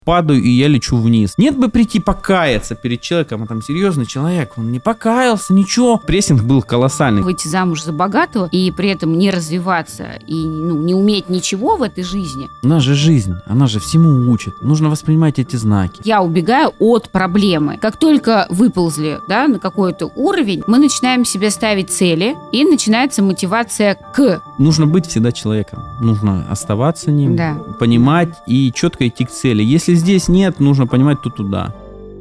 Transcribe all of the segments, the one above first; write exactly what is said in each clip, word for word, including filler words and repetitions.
падаю, и я лечу вниз. Нет бы прийти покаяться перед человеком, а там серьезный человек, он не покаялся, ничего. Прессинг был колоссальный. Выйти замуж за богатого и при этом не развиваться и ну, не уметь ничего в этой жизни. У нас же жизнь, она же всему учит. Нужно воспринимать эти знаки. Я убегаю от проблемы. Как только выползли, да, на какой-то уровень, мы начинаем себе ставить цели, и начинается мотивация к. Нужно быть всегда человеком. Нужно оставаться ним, Да. понимать и четко идти к цели. Если здесь нет, нужно понимать, то туда.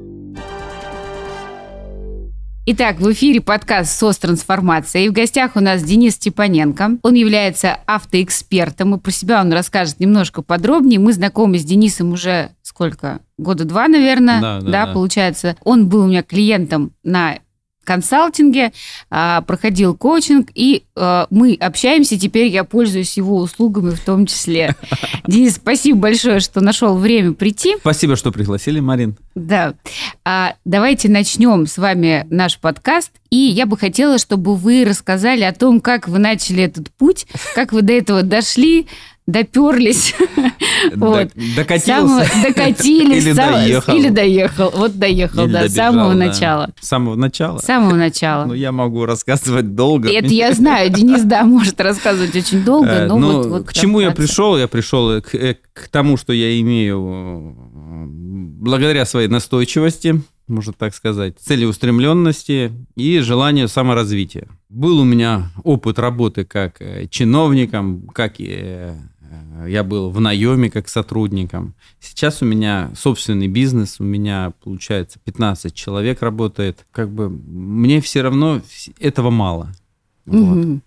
Итак, в эфире подкаст «СОС Трансформация». И в гостях у нас Денис Степаненко. Он является автоэкспертом, и про себя он расскажет немножко подробнее. Мы знакомы с Денисом уже сколько? Года два, наверное. Да, да, да, да. получается. Он был у меня клиентом на консалтинге, а, проходил коучинг, и а, мы общаемся. Теперь я пользуюсь его услугами в том числе. Денис, спасибо большое, что нашел время прийти. Спасибо, что пригласили, Марин. Да. А, давайте начнем с вами наш подкаст. И я бы хотела, чтобы вы рассказали о том, как вы начали этот путь, как вы до этого дошли, доперлись. Вот. Докатился. Самого- Докатились. Или сам- доехал. Или доехал. Вот доехал, Или да, с добежал, самого да. начала. С самого начала? С самого начала. Ну, я могу рассказывать долго. Это я знаю. Денис, да, может рассказывать очень долго, Э, но ну, вот, вот к чему я вкратце. пришел? Я пришел к, э, к тому, что я имею э, благодаря своей настойчивости, можно так сказать, целеустремленности и желанию саморазвития. Был у меня опыт работы как э, чиновником, как и э, я был в наеме как сотрудником. Сейчас у меня собственный бизнес, у меня, получается, пятнадцать человек работает. Как бы мне все равно этого мало. Вот. Мгм.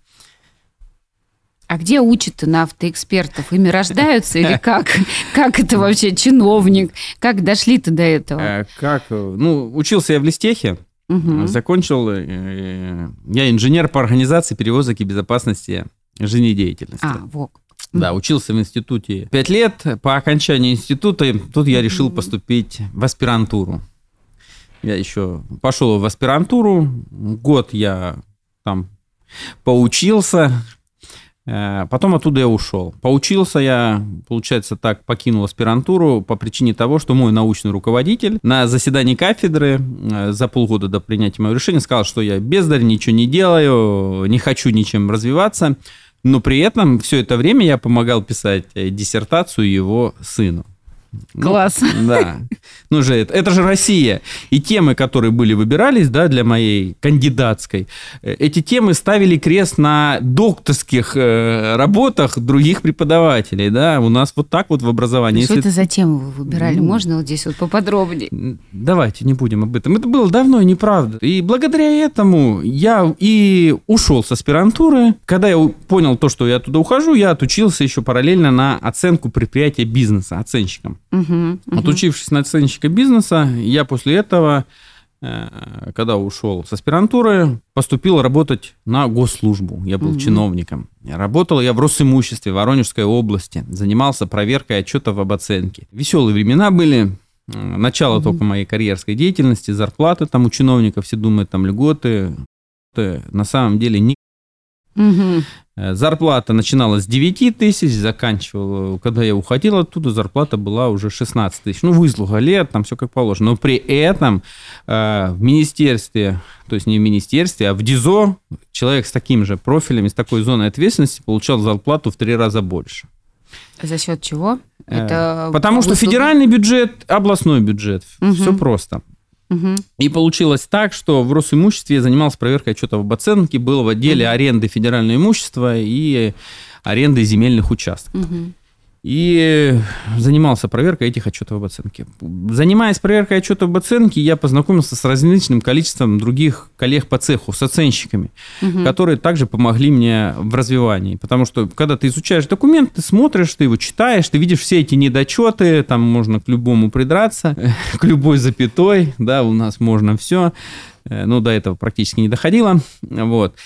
А где учат-то на автоэкспертов? Ими рождаются или как? Как это вообще чиновник? Как дошли-то до этого? Э, Как? э, Ну, учился я в Листехе, Мгм. закончил, э, я инженер по организации перевозок и безопасности жизнедеятельности. А, вот. Да, учился в институте пять лет. По окончании института тут я решил Мгм. поступить в аспирантуру. Я еще пошел в аспирантуру, год я там поучился, э, потом оттуда я ушел. Поучился я, получается так, покинул аспирантуру по причине того, что мой научный руководитель на заседании кафедры э, за полгода до принятия моего решения сказал, что я бездарь, ничего не делаю, не хочу ничем развиваться. Но при этом все это время я помогал писать э, диссертацию его сыну. Ну, Класс. да. Ну же, это, это же Россия. И темы, которые были выбирались, да, для моей кандидатской, э, эти темы ставили крест на докторских э, работах других преподавателей. Да. У нас вот так вот в образовании. Что Если- это за тему вы выбирали? Ну. Можно вот здесь вот поподробнее? Давайте не будем об этом. Это было давно и неправда. И благодаря этому я и ушел с аспирантуры. Когда я у- понял то, что я туда ухожу, я отучился еще параллельно на оценку предприятия бизнеса, оценщиком. Мгм, мгм. Отучившись на оценщика бизнеса, я после этого, э, когда ушел с аспирантуры, поступил работать на госслужбу. Я был Мгм. чиновником. Работал я в Росимуществе Воронежской области. Занимался проверкой отчетов об оценке. Веселые времена были. Э, Начало Мгм. только моей карьерской деятельности, зарплаты там у чиновников, все думают, там льготы. Это на самом деле не... Мгм. Э, Зарплата начиналась с девяти тысяч, заканчивала, когда я уходил оттуда, зарплата была уже шестнадцать тысяч. Ну, выслуга лет, там все как положено. Но при этом э, в министерстве, то есть не в министерстве, а в ДИЗО, человек с таким же профилем, с такой зоной ответственности получал зарплату в три раза больше. За счет чего? Э, Это Потому что выслуга? федеральный бюджет, областной бюджет, Мгм. все просто. Мгм. И получилось так, что в Росимуществе я занимался проверкой отчетов об оценке, был в отделе Мгм. аренды федерального имущества и аренды земельных участков. Мгм. И занимался проверкой этих отчетов об оценке. Занимаясь проверкой отчетов об оценке, я познакомился с различным количеством других коллег по цеху, с оценщиками, Мгм. которые также помогли мне в развивании. Потому что, когда ты изучаешь документ, ты смотришь, ты его читаешь, ты видишь все эти недочеты, там можно к любому придраться, к любой запятой, да, у нас можно все. Но до этого практически не доходило. Вот.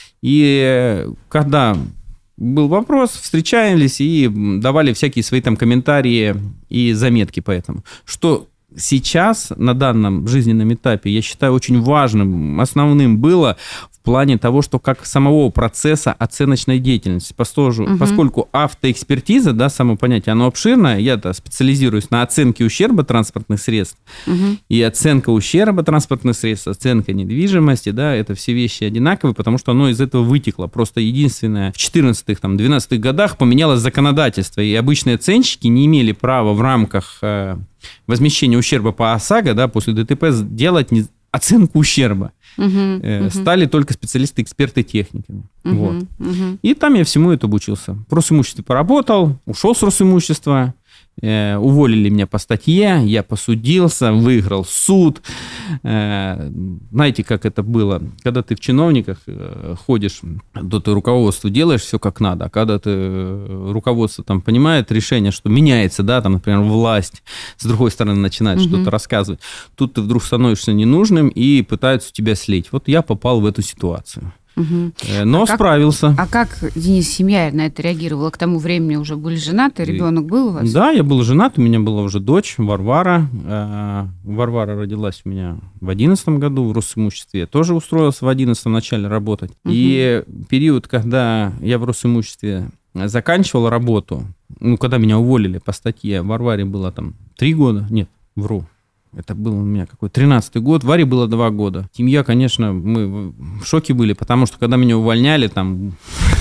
И когда был вопрос, встречались и давали всякие свои там комментарии и заметки по этому. Что сейчас, на данном жизненном этапе, я считаю, очень важным, основным было в плане того, что как самого процесса оценочной деятельности. Поскольку, угу. поскольку автоэкспертиза, да, само понятие, оно обширное, я-то специализируюсь на оценке ущерба транспортных средств, угу. и оценка ущерба транспортных средств, оценка недвижимости, да, это все вещи одинаковые, потому что оно из этого вытекло. Просто единственное, в четырнадцатых-двенадцатых годах поменялось законодательство, и обычные оценщики не имели права в рамках э, возмещения ущерба по ОСАГО, да, после ДТП делать не, оценку ущерба. Uh-huh, uh-huh. Стали только специалисты, эксперты техниками. Uh-huh, вот. uh-huh. И там я всему это обучился. В Росимуществе поработал, ушел с Росимущества, э, уволили меня по статье, я посудился, выиграл суд. Э, знаете, как это было? Когда ты в чиновниках э, ходишь, то ты руководству делаешь все как надо, а когда ты э, руководство там понимает решение, что меняется, да, там, например, власть, с другой стороны начинает uh-huh. что-то рассказывать, тут ты вдруг становишься ненужным и пытаются тебя слить. Вот я попал в эту ситуацию. Угу. Но а справился. Как, а как, Денис, семья на это реагировала? К тому времени уже были женаты, ребенок был у вас? Да, я был женат, у меня была уже дочь Варвара. Варвара родилась у меня в одиннадцатом году в Росимуществе. Я тоже устроился в одиннадцатом начале работать. Угу. И период, когда я в Росимуществе заканчивал работу, ну, когда меня уволили по статье, Варваре было там три года, нет, вру. Это был у меня какой тринадцатый год, Варе было два года. Семья, конечно, мы в шоке были, потому что когда меня увольняли, там...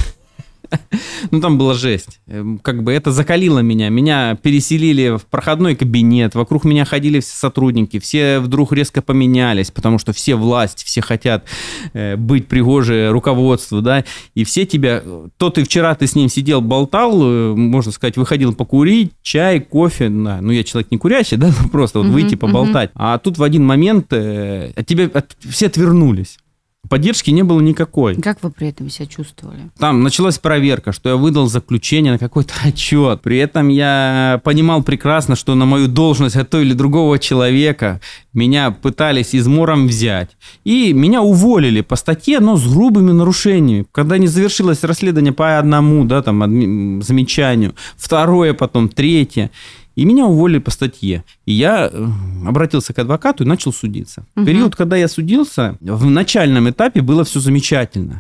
Ну, там была жесть. Как бы это закалило меня. Меня переселили в проходной кабинет, вокруг меня ходили все сотрудники, все вдруг резко поменялись, потому что все власть, все хотят быть пригожи руководству, да, и все тебя... То ты вчера ты с ним сидел, болтал, можно сказать, выходил покурить, чай, кофе, да. Ну, я человек не курящий, да, просто вот uh-huh, выйти поболтать. Uh-huh. А тут в один момент от тебя от, все отвернулись. Поддержки не было никакой. Как вы при этом себя чувствовали? Там началась проверка, что я выдал заключение на какой-то отчет. При этом я понимал прекрасно, что на мою должность того или другого человека меня пытались измором взять. И меня уволили по статье, но с грубыми нарушениями. Когда не завершилось расследование по одному, да, там, замечанию, второе, потом третье. И меня уволили по статье. И я обратился к адвокату и начал судиться. В угу. период, когда я судился, в начальном этапе было все замечательно.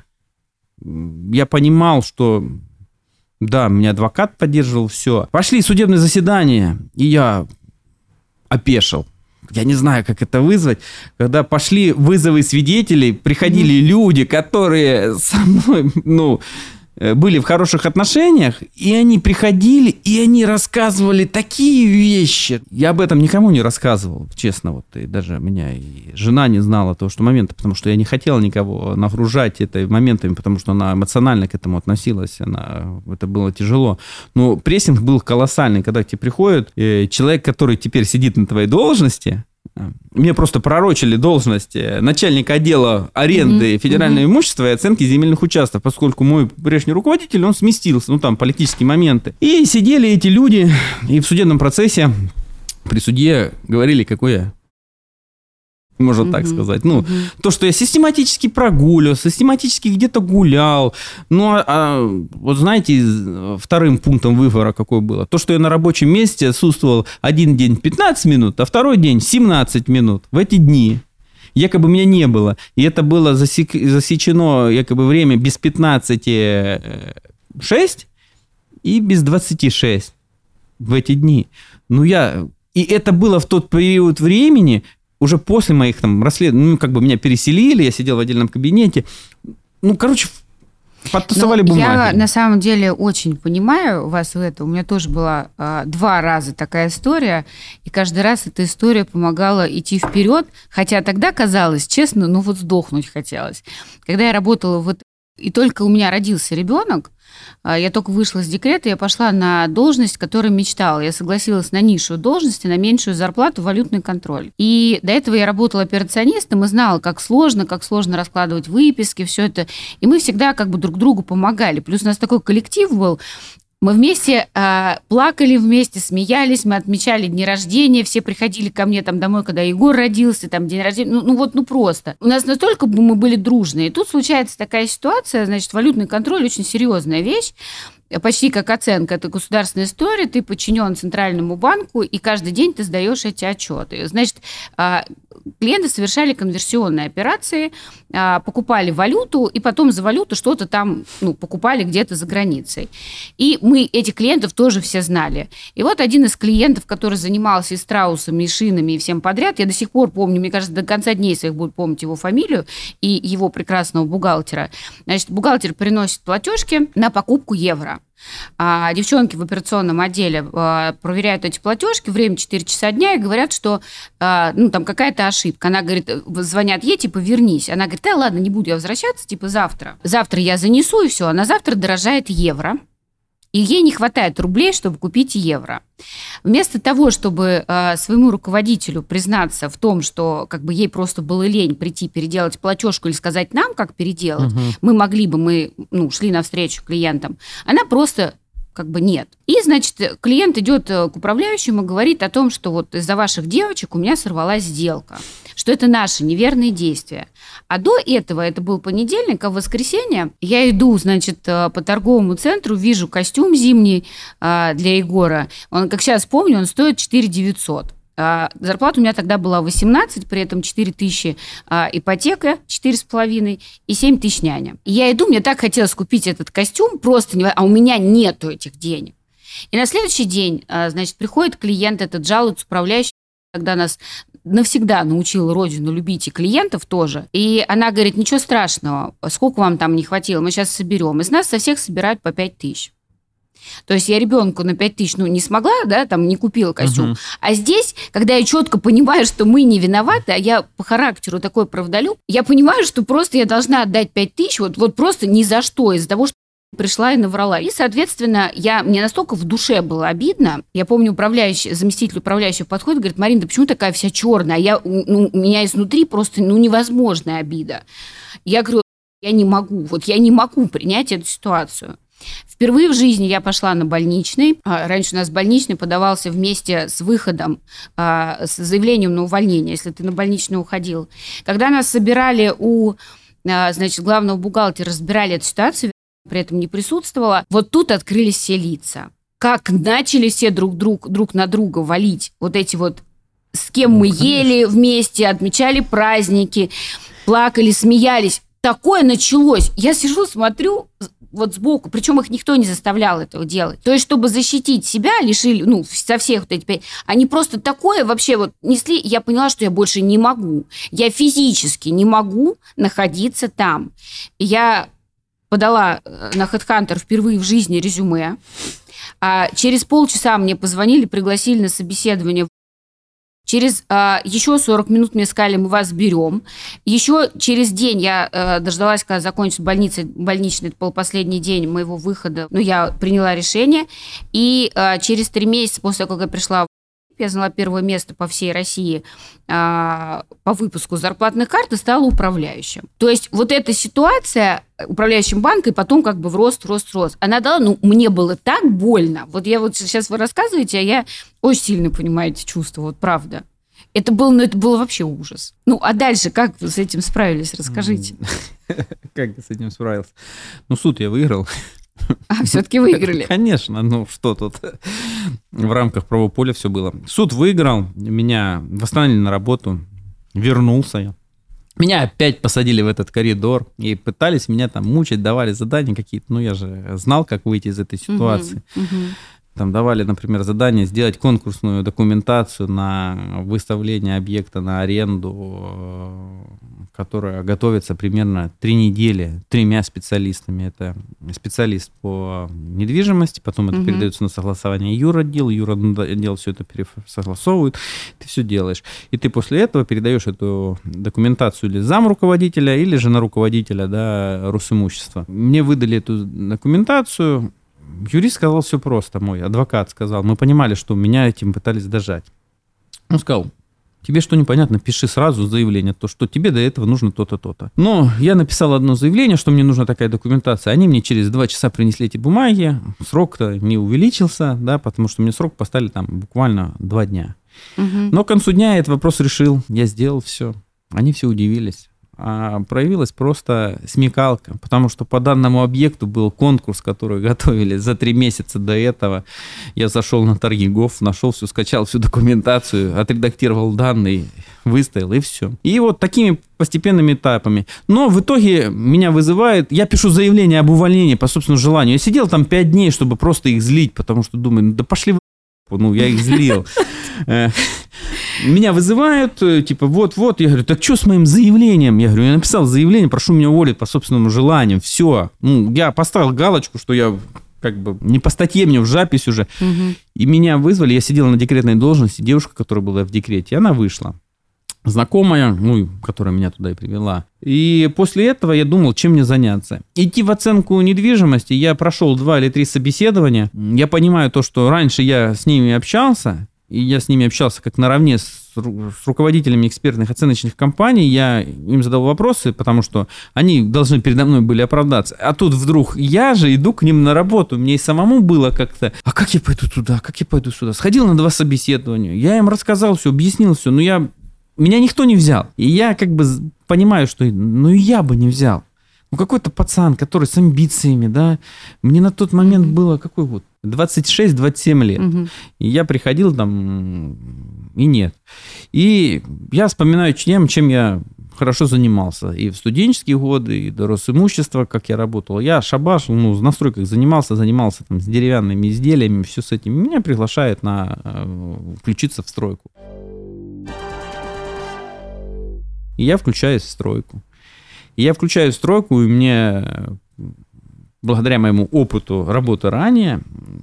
Я понимал, что да, меня адвокат поддерживал, все. Пошли судебные заседания, и я опешил. Я не знаю, как это вызвать. Когда пошли вызовы свидетелей, приходили угу. люди, которые со мной, ну... были в хороших отношениях, и они приходили, и они рассказывали такие вещи. Я об этом никому не рассказывал, честно. Вот, и даже меня и жена не знала того, что момента, потому что я не хотел никого нагружать этой моментами, потому что она эмоционально к этому относилась, она, это было тяжело. Но прессинг был колоссальный, когда к тебе приходит э, человек, который теперь сидит на твоей должности. Мне просто пророчили должность начальника отдела аренды mm-hmm. федерального mm-hmm. имущества и оценки земельных участков, поскольку мой прежний руководитель, он сместился, ну там политические моменты. И сидели эти люди, и в судебном процессе при суде говорили, какой я, можно mm-hmm. так сказать. Ну, mm-hmm. то, что я систематически прогуливался, систематически где-то гулял. Ну, а, а вот знаете, вторым пунктом выбора какое было? То, что я на рабочем месте отсутствовал один день пятнадцать минут, а второй день семнадцать минут. В эти дни якобы меня не было. И это было засек... засечено якобы время без пятнадцати шесть и без двадцати шесть в эти дни. Ну, я... И это было в тот период времени... Уже после моих там расследований, ну, как бы меня переселили, я сидел в отдельном кабинете. Ну, короче, подтасовали ну, бумаги. Я на самом деле очень понимаю вас в этом. У меня тоже была а, два раза такая история, и каждый раз эта история помогала идти вперед, хотя тогда казалось, честно, ну вот сдохнуть хотелось. Когда я работала в... И только у меня родился ребенок, я только вышла с декрета, я пошла на должность, которую мечтала. Я согласилась на низшую должность и на меньшую зарплату валютный контроль. И до этого я работала операционистом и знала, как сложно, как сложно раскладывать выписки, все это. И мы всегда как бы друг другу помогали. Плюс у нас такой коллектив был. Мы вместе э, плакали, вместе смеялись, мы отмечали дни рождения, все приходили ко мне там домой, когда Егор родился, там день рождения, ну, ну вот, ну просто. У нас настолько мы были дружные. И тут случается такая ситуация, значит, валютный контроль очень серьезная вещь, почти как оценка, это государственная история, ты подчинен Центральному банку, и каждый день ты сдаешь эти отчеты. Значит, Клиенты совершали конверсионные операции, покупали валюту, и потом за валюту что-то там ну, покупали где-то за границей. И мы этих клиентов тоже все знали. И вот один из клиентов, который занимался и страусами, и шинами, и всем подряд, я до сих пор помню, мне кажется, до конца дней своих буду помнить его фамилию и его прекрасного бухгалтера. Значит, бухгалтер приносит платежки на покупку евро. А девчонки в операционном отделе а, проверяют эти платежки, время четыре часа дня, и говорят, что а, ну, там какая-то ошибка. Она говорит, звонят ей, типа, вернись. Она говорит, да ладно, не буду я возвращаться, типа, завтра. Завтра я занесу, и все. А на завтра дорожает евро. И ей не хватает рублей, чтобы купить евро. Вместо того, чтобы э, своему руководителю признаться в том, что как бы ей просто было лень прийти переделать платежку или сказать нам, как переделать, угу. мы могли бы, мы ну, шли навстречу клиентам, она просто как бы нет. И, значит, клиент идет к управляющему и говорит о том, что вот из-за ваших девочек у меня сорвалась сделка, что это наши неверные действия. А до этого, это был понедельник, а в воскресенье я иду, значит, по торговому центру, вижу костюм зимний для Егора. Он, как сейчас помню, он стоит четыре тысячи девятьсот. Зарплата у меня тогда была восемнадцать, при этом четыре тысячи ипотека, четыре с половиной и семь тысяч няня. И я иду, мне так хотелось купить этот костюм, просто не... а у меня нету этих денег. И на следующий день, значит, приходит клиент, этот жалуется управляющий, когда нас навсегда научила родину любить и клиентов тоже. И она говорит, ничего страшного, сколько вам там не хватило, мы сейчас соберем. Из нас со всех собирают по пять тысяч. То есть я ребенку на пять тысяч, ну, не смогла, да, там, не купила костюм. Uh-huh. А здесь, когда я четко понимаю, что мы не виноваты, а я по характеру такой правдолюб, я понимаю, что просто я должна отдать пять тысяч, вот, вот просто ни за что, из-за того, что пришла и наврала. И, соответственно, я, мне настолько в душе было обидно. Я помню, управляющий, заместитель управляющего подходит, говорит, Марина, да почему такая вся черная? А я, ну, у меня изнутри просто ну, невозможная обида. Я говорю, я не могу, вот я не могу принять эту ситуацию. Впервые в жизни я пошла на больничный. Раньше у нас больничный подавался вместе с выходом, с заявлением на увольнение, если ты на больничный уходил. Когда нас собирали у, значит, главного бухгалтера, разбирали эту ситуацию, при этом не присутствовала, вот тут открылись все лица. Как начали все друг, друг, друг на друга валить вот эти вот, с кем ну, мы конечно. Ели вместе, отмечали праздники, плакали, смеялись. Такое началось. Я сижу, смотрю вот сбоку, причем их никто не заставлял этого делать. То есть, чтобы защитить себя, лишили, ну, со всех вот этих, они просто такое вообще вот несли, я поняла, что я больше не могу. Я физически не могу находиться там. Я подала на HeadHunter впервые в жизни резюме. А через полчаса мне позвонили, пригласили на собеседование. Через а, еще сорок минут мне сказали, мы вас берем. Еще через день я а, дождалась, когда закончится больница, больничный, это был последний день моего выхода. Ну, я приняла решение. И а, через три месяца после того, как я пришла, я заняла первое место по всей России а, по выпуску зарплатных карт и стала управляющим. То есть вот эта ситуация управляющим банка, и потом как бы в рост, в рост, в рост. Она дала, ну, мне было так больно. Вот я вот сейчас вы рассказываете, а я очень сильно, понимаете, чувство, вот правда. Это было, ну, это было вообще ужас. Ну, а дальше как вы с этим справились? Расскажите. Как я с этим справился? Ну, суд я выиграл. А, все-таки выиграли? Конечно, ну что тут? В рамках правового поля все было. Суд выиграл, меня восстановили на работу, вернулся я. Меня опять посадили в этот коридор и пытались меня там мучить, давали задания какие-то. Ну, я же знал, как выйти из этой ситуации. Uh-huh, uh-huh. Там давали, например, задание сделать конкурсную документацию на выставление объекта на аренду, которая готовится примерно три недели тремя специалистами. Это специалист по недвижимости, потом это угу. передается на согласование юротдел, юротдел все это согласовывает, ты все делаешь. И ты после этого передаешь эту документацию или замруководителя, или жена руководителя, да, Росимущества. Мне выдали эту документацию. Юрист сказал все просто, мой адвокат сказал. Мы понимали, что меня этим пытались дожать. Он сказал, тебе что непонятно, пиши сразу заявление, то, что тебе до этого нужно то-то, то-то. Но я написал одно заявление, что мне нужна такая документация. Они мне через два часа принесли эти бумаги. Срок-то не увеличился, да, потому что мне срок поставили там буквально два дня. Угу. Но к концу дня я этот вопрос решил. Я сделал все. Они все удивились. А проявилась просто смекалка, потому что по данному объекту был конкурс, который готовили за три месяца до этого. Я зашел на торги ГОФ, нашел все, скачал всю документацию, отредактировал данные, выстоял, и все. И вот такими постепенными этапами. Но в итоге меня вызывает... Я пишу заявление об увольнении по собственному желанию. Я сидел там пять дней, чтобы просто их злить, потому что думаю, ну да пошли вы... Ну, я их злил. Меня вызывают, типа, вот-вот. Я говорю, так что с моим заявлением? Я говорю, я написал заявление, прошу меня уволить по собственному желанию. Все. Ну, я поставил галочку, что я... как бы не по статье, мне в запись уже. Угу. И меня вызвали, я сидел на декретной должности, девушка, которая была в декрете, она вышла. Знакомая, ну, которая меня туда и привела. И после этого я думал, чем мне заняться. Идти в оценку недвижимости, я прошел два или три собеседования. Я понимаю то, что раньше я с ними общался, и я с ними общался как наравне с, с руководителями экспертных оценочных компаний. Я им задал вопросы, потому что они должны передо мной были оправдаться. А тут вдруг я же иду к ним на работу. Мне и самому было как-то, а как я пойду туда, как я пойду сюда? Сходил на два собеседования, я им рассказал все, объяснил все, но я... меня никто не взял. И я как бы понимаю, что ну и я бы не взял. Ну какой-то пацан, который с амбициями, да. Мне на тот момент mm-hmm. было какой вот двадцать шесть двадцать семь лет. Mm-hmm. И я приходил там, и нет. И я вспоминаю, чем, чем я хорошо занимался. И в студенческие годы, и до Росимущества, как я работал. Я шабаш, ну, в настройках занимался, занимался там с деревянными изделиями, все с этим. Меня приглашают на включиться в стройку. И я включаюсь в стройку. И я включаюсь в стройку, и мне, благодаря моему опыту работы ранее,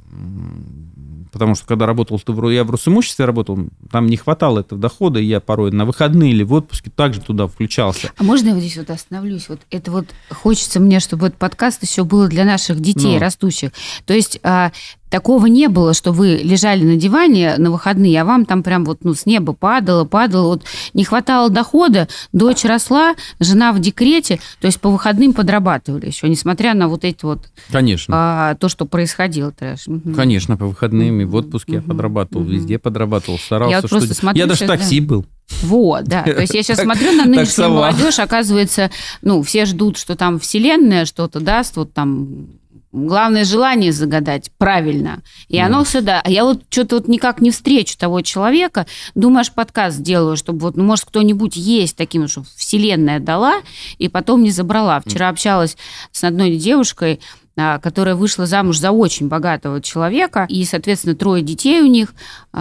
потому что когда работал, я в Росимуществе работал, там не хватало этого дохода, и я порой на выходные или в отпуске также туда включался. А можно я вот здесь вот остановлюсь? Вот это вот хочется мне, чтобы этот подкаст еще был для наших детей, ну. растущих. То есть... Такого не было, что вы лежали на диване на выходные, а вам там прям вот ну, с неба падало, падало. Вот не хватало дохода, дочь росла, жена в декрете, то есть по выходным подрабатывали еще, несмотря на вот эти вот... Конечно. А, то, что происходило. Трэш. Конечно, по выходным и в отпуске угу. я подрабатывал, угу. везде подрабатывал, старался. Я вот что... просто смотрю... Я даже в такси да. был. Вот, да. То есть я сейчас смотрю на нынешнюю молодежь, оказывается, ну, все ждут, что там вселенная что-то даст, вот там... Главное желание загадать правильно. И да. оно сюда. А я вот что-то вот никак не встречу того человека. Думаю, аж подкаст сделаю, чтобы вот, ну, может, кто-нибудь есть таким, что вселенная дала, и потом не забрала. Вчера общалась с одной девушкой, которая вышла замуж за очень богатого человека, и, соответственно, трое детей у них.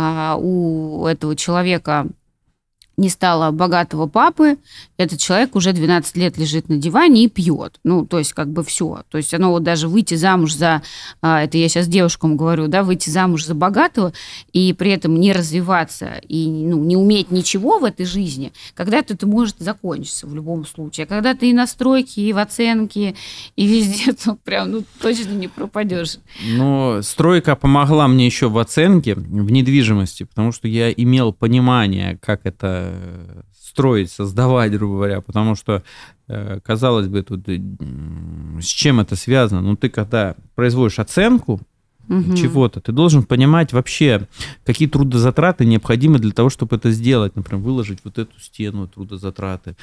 У этого человека не стало богатого папы, этот человек уже двенадцать лет лежит на диване и пьет. Ну, то есть, как бы все. То есть, оно вот даже выйти замуж за... Это я сейчас девушкам говорю, да, выйти замуж за богатого и при этом не развиваться и ну, не уметь ничего в этой жизни, когда-то это может закончиться в любом случае. А когда ты и на стройке, и в оценке, и везде, то прям, ну, точно не пропадешь. Но стройка помогла мне еще в оценке, в недвижимости, потому что я имел понимание, как это строить, создавать, грубо говоря, потому что, казалось бы, тут с чем это связано? Ну, ты когда производишь оценку угу. чего-то, ты должен понимать вообще, какие трудозатраты необходимы для того, чтобы это сделать. Например, выложить вот эту стену, трудозатраты.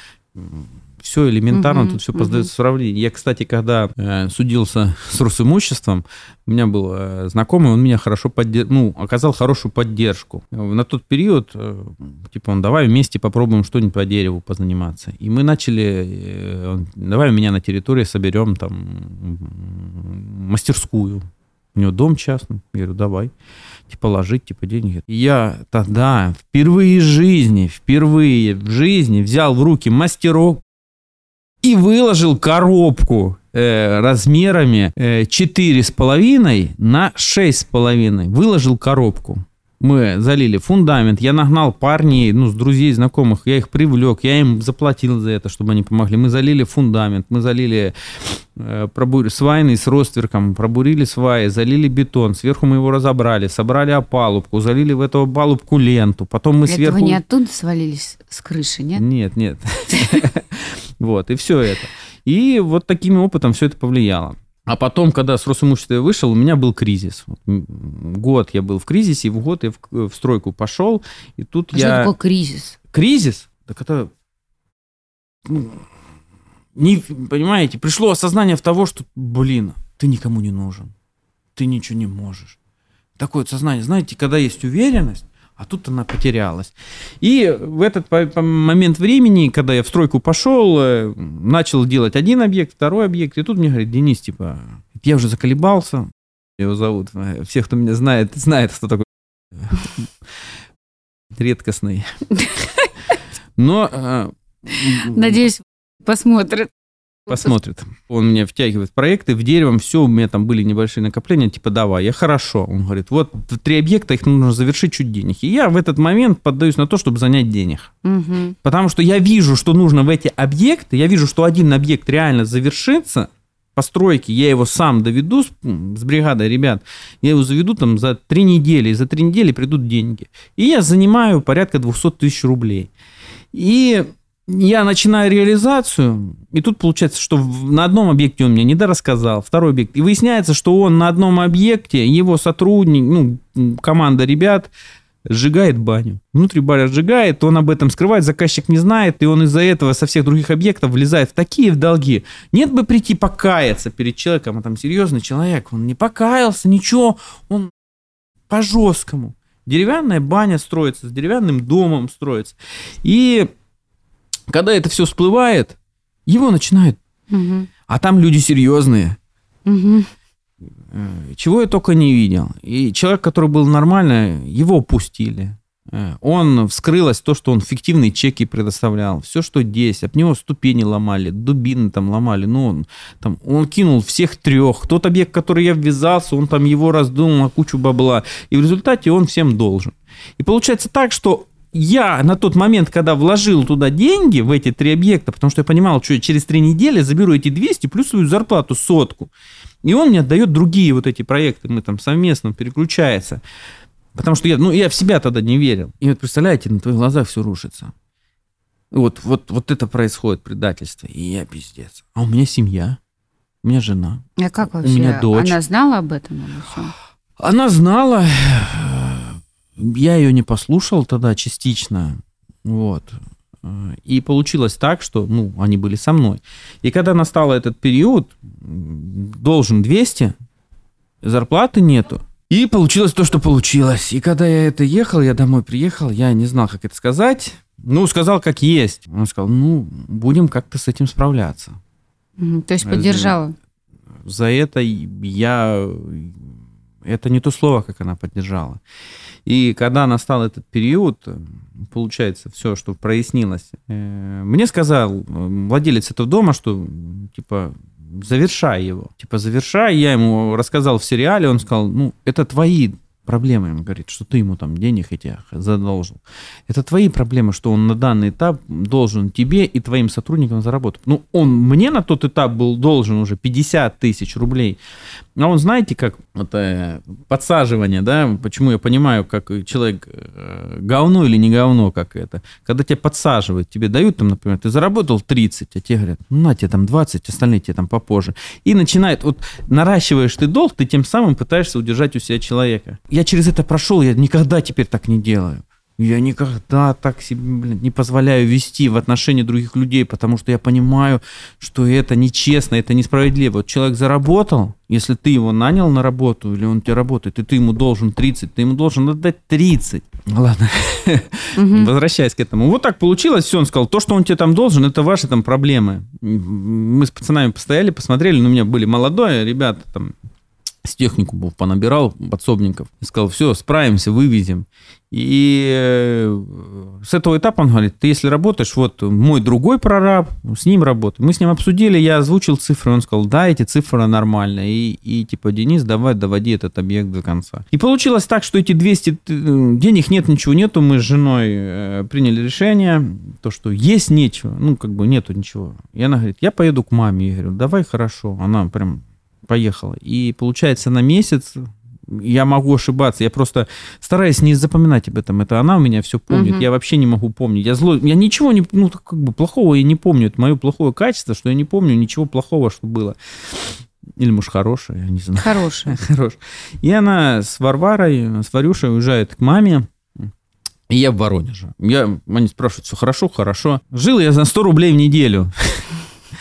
Все элементарно, угу, тут все поздается угу. в сравнении. Я, кстати, когда э, судился с Росимуществом, у меня был э, знакомый, он меня хорошо поддер... ну, оказал хорошую поддержку. На тот период, э, типа, он, давай вместе попробуем что-нибудь по дереву позаниматься. И мы начали, э, он, давай у меня на территории соберем там мастерскую. У него дом частный. Я говорю, давай. Типа ложить, типа деньги. И я тогда впервые в жизни, впервые в жизни взял в руки мастерок и выложил коробку э, размерами э, четыре с половиной на шесть с половиной. Выложил коробку. Мы залили фундамент, я нагнал парней, ну, с друзей, знакомых, я их привлек, я им заплатил за это, чтобы они помогли. Мы залили фундамент, мы залили э, пробур... свайный с ростверком, пробурили сваи, залили бетон, сверху мы его разобрали, собрали опалубку, залили в эту опалубку ленту, потом мы Этого сверху... Этого не оттуда свалились с крыши, нет? Нет, нет. Вот, и все это. И вот таким опытом все это повлияло. А потом, когда с Росимущества я вышел, у меня был кризис. Год я был в кризисе, и в год я в, в стройку пошел, и тут а я... Что такое кризис? Кризис? Так это... Ну, не, понимаете, пришло осознание того, что, блин, ты никому не нужен, ты ничего не можешь. Такое вот сознание, знаете, когда есть уверенность, А тут она потерялась. И в этот момент времени, когда я в стройку пошел, начал делать один объект, второй объект, и тут мне говорит: Денис, типа, я уже заколебался, его зовут, все, кто меня знает, знает, кто такой редкостный. Но... Надеюсь, посмотрит. Посмотрит. Он меня втягивает в проекты, в деревом, все, у меня там были небольшие накопления, типа, давай, я хорошо. Он говорит, вот три объекта, их нужно завершить, чуть денег. И я в этот момент поддаюсь на то, чтобы занять денег. Угу. Потому что я вижу, что нужно в эти объекты, я вижу, что один объект реально завершится, постройки, я его сам доведу с, с бригадой ребят, я его заведу там за три недели, и за три недели придут деньги. И я занимаю порядка двести тысяч рублей. И... я начинаю реализацию, и тут получается, что на одном объекте он мне недорассказал, второй объект. И выясняется, что он на одном объекте, его сотрудник, ну, команда ребят сжигает баню. Внутри баня сжигает, он об этом скрывает, заказчик не знает, и он из-за этого со всех других объектов влезает в такие в долги. Нет бы прийти покаяться перед человеком, а там серьезный человек, он не покаялся, ничего, он по-жесткому. Деревянная баня строится, с деревянным домом строится. И... когда это все всплывает, его начинают. Угу. А там люди серьезные. Угу. Чего я только не видел. И человек, который был нормально, его упустили. Он вскрылось то, что он фиктивные чеки предоставлял. Все, что здесь. Об него ступени ломали, дубины там ломали. Ну, он, там, он кинул всех трех. Тот объект, в который я ввязался, он там его раздумал на кучу бабла. И в результате он всем должен. И получается так, что я на тот момент, когда вложил туда деньги, в эти три объекта, потому что я понимал, что я через три недели заберу эти двести плюс свою зарплату сотку. И он мне отдает другие вот эти проекты, мы там совместно переключается. Потому что я, ну, я в себя тогда не верил. И вот представляете, на твоих глазах все рушится. Вот, вот, вот это происходит, предательство. И я пиздец. А у меня семья, у меня жена. А как вообще? У меня дочь. Она знала об этом или что? Она знала. Я ее не послушал тогда частично, вот, и получилось так, что, ну, они были со мной. И когда настал этот период, должен двести, зарплаты нету, и получилось то, что получилось. И когда я это ехал, я домой приехал, я не знал, как это сказать, ну, сказал, как есть. Он сказал, ну, будем как-то с этим справляться. Mm, то есть поддержала? За это я... Это не то слово, как она поддержала. И когда настал этот период, получается, все, что прояснилось, мне сказал владелец этого дома, что, типа, завершай его. Типа, завершай. Я ему рассказал в сериале, он сказал, ну, это твои проблемы, он говорит, что ты ему там денег этих задолжил. Это твои проблемы, что он на данный этап должен тебе и твоим сотрудникам заработать. Ну, он мне на тот этап был должен уже пятьдесят тысяч рублей. А он, знаете, как это подсаживание, да, почему я понимаю, как человек говно или не говно, как это. Когда тебя подсаживают, тебе дают там, например, ты заработал тридцать, а тебе говорят, ну, на тебе там двадцать, остальные тебе там попозже. И начинает, вот наращиваешь ты долг, ты тем самым пытаешься удержать у себя человека. Я через это прошел, я никогда теперь так не делаю. Я никогда так себе, блин, не позволяю вести в отношении других людей, потому что я понимаю, что это нечестно, это несправедливо. Вот человек заработал, если ты его нанял на работу, или он тебе работает, и ты ему должен тридцать, ты ему должен отдать тридцать. Ладно, угу. Возвращаясь к этому. Вот так получилось, все, он сказал, то, что он тебе там должен, это ваши там проблемы. Мы с пацанами постояли, посмотрели, но у меня были молодые ребята, там, с техникумов понабирал подсобников и сказал, все, справимся, вывезем. И с этого этапа он говорит, ты если работаешь, вот мой другой прораб, с ним работай. Мы с ним обсудили, я озвучил цифры, он сказал, да, эти цифры нормальные. И, и типа, Денис, давай, доводи этот объект до конца. И получилось так, что эти двести, денег нет, ничего нету, мы с женой приняли решение, то, что есть нечего, ну, как бы нету ничего. И она говорит, я поеду к маме. Я говорю, давай, хорошо. Она прям поехала. И получается на месяц, я могу ошибаться, я просто стараюсь не запоминать об этом. Это она у меня все помнит, угу. Я вообще не могу помнить. Я злой, я ничего не, ну, как бы плохого я не помню. Это мое плохое качество, что я не помню ничего плохого, что было. Или, может, хорошее, я не знаю. Хорошее. Хорошее. И она с Варварой, с Варюшей уезжает к маме. И я в Воронеже. Я, они спрашивают, все хорошо, хорошо. Жил я за сто рублей в неделю.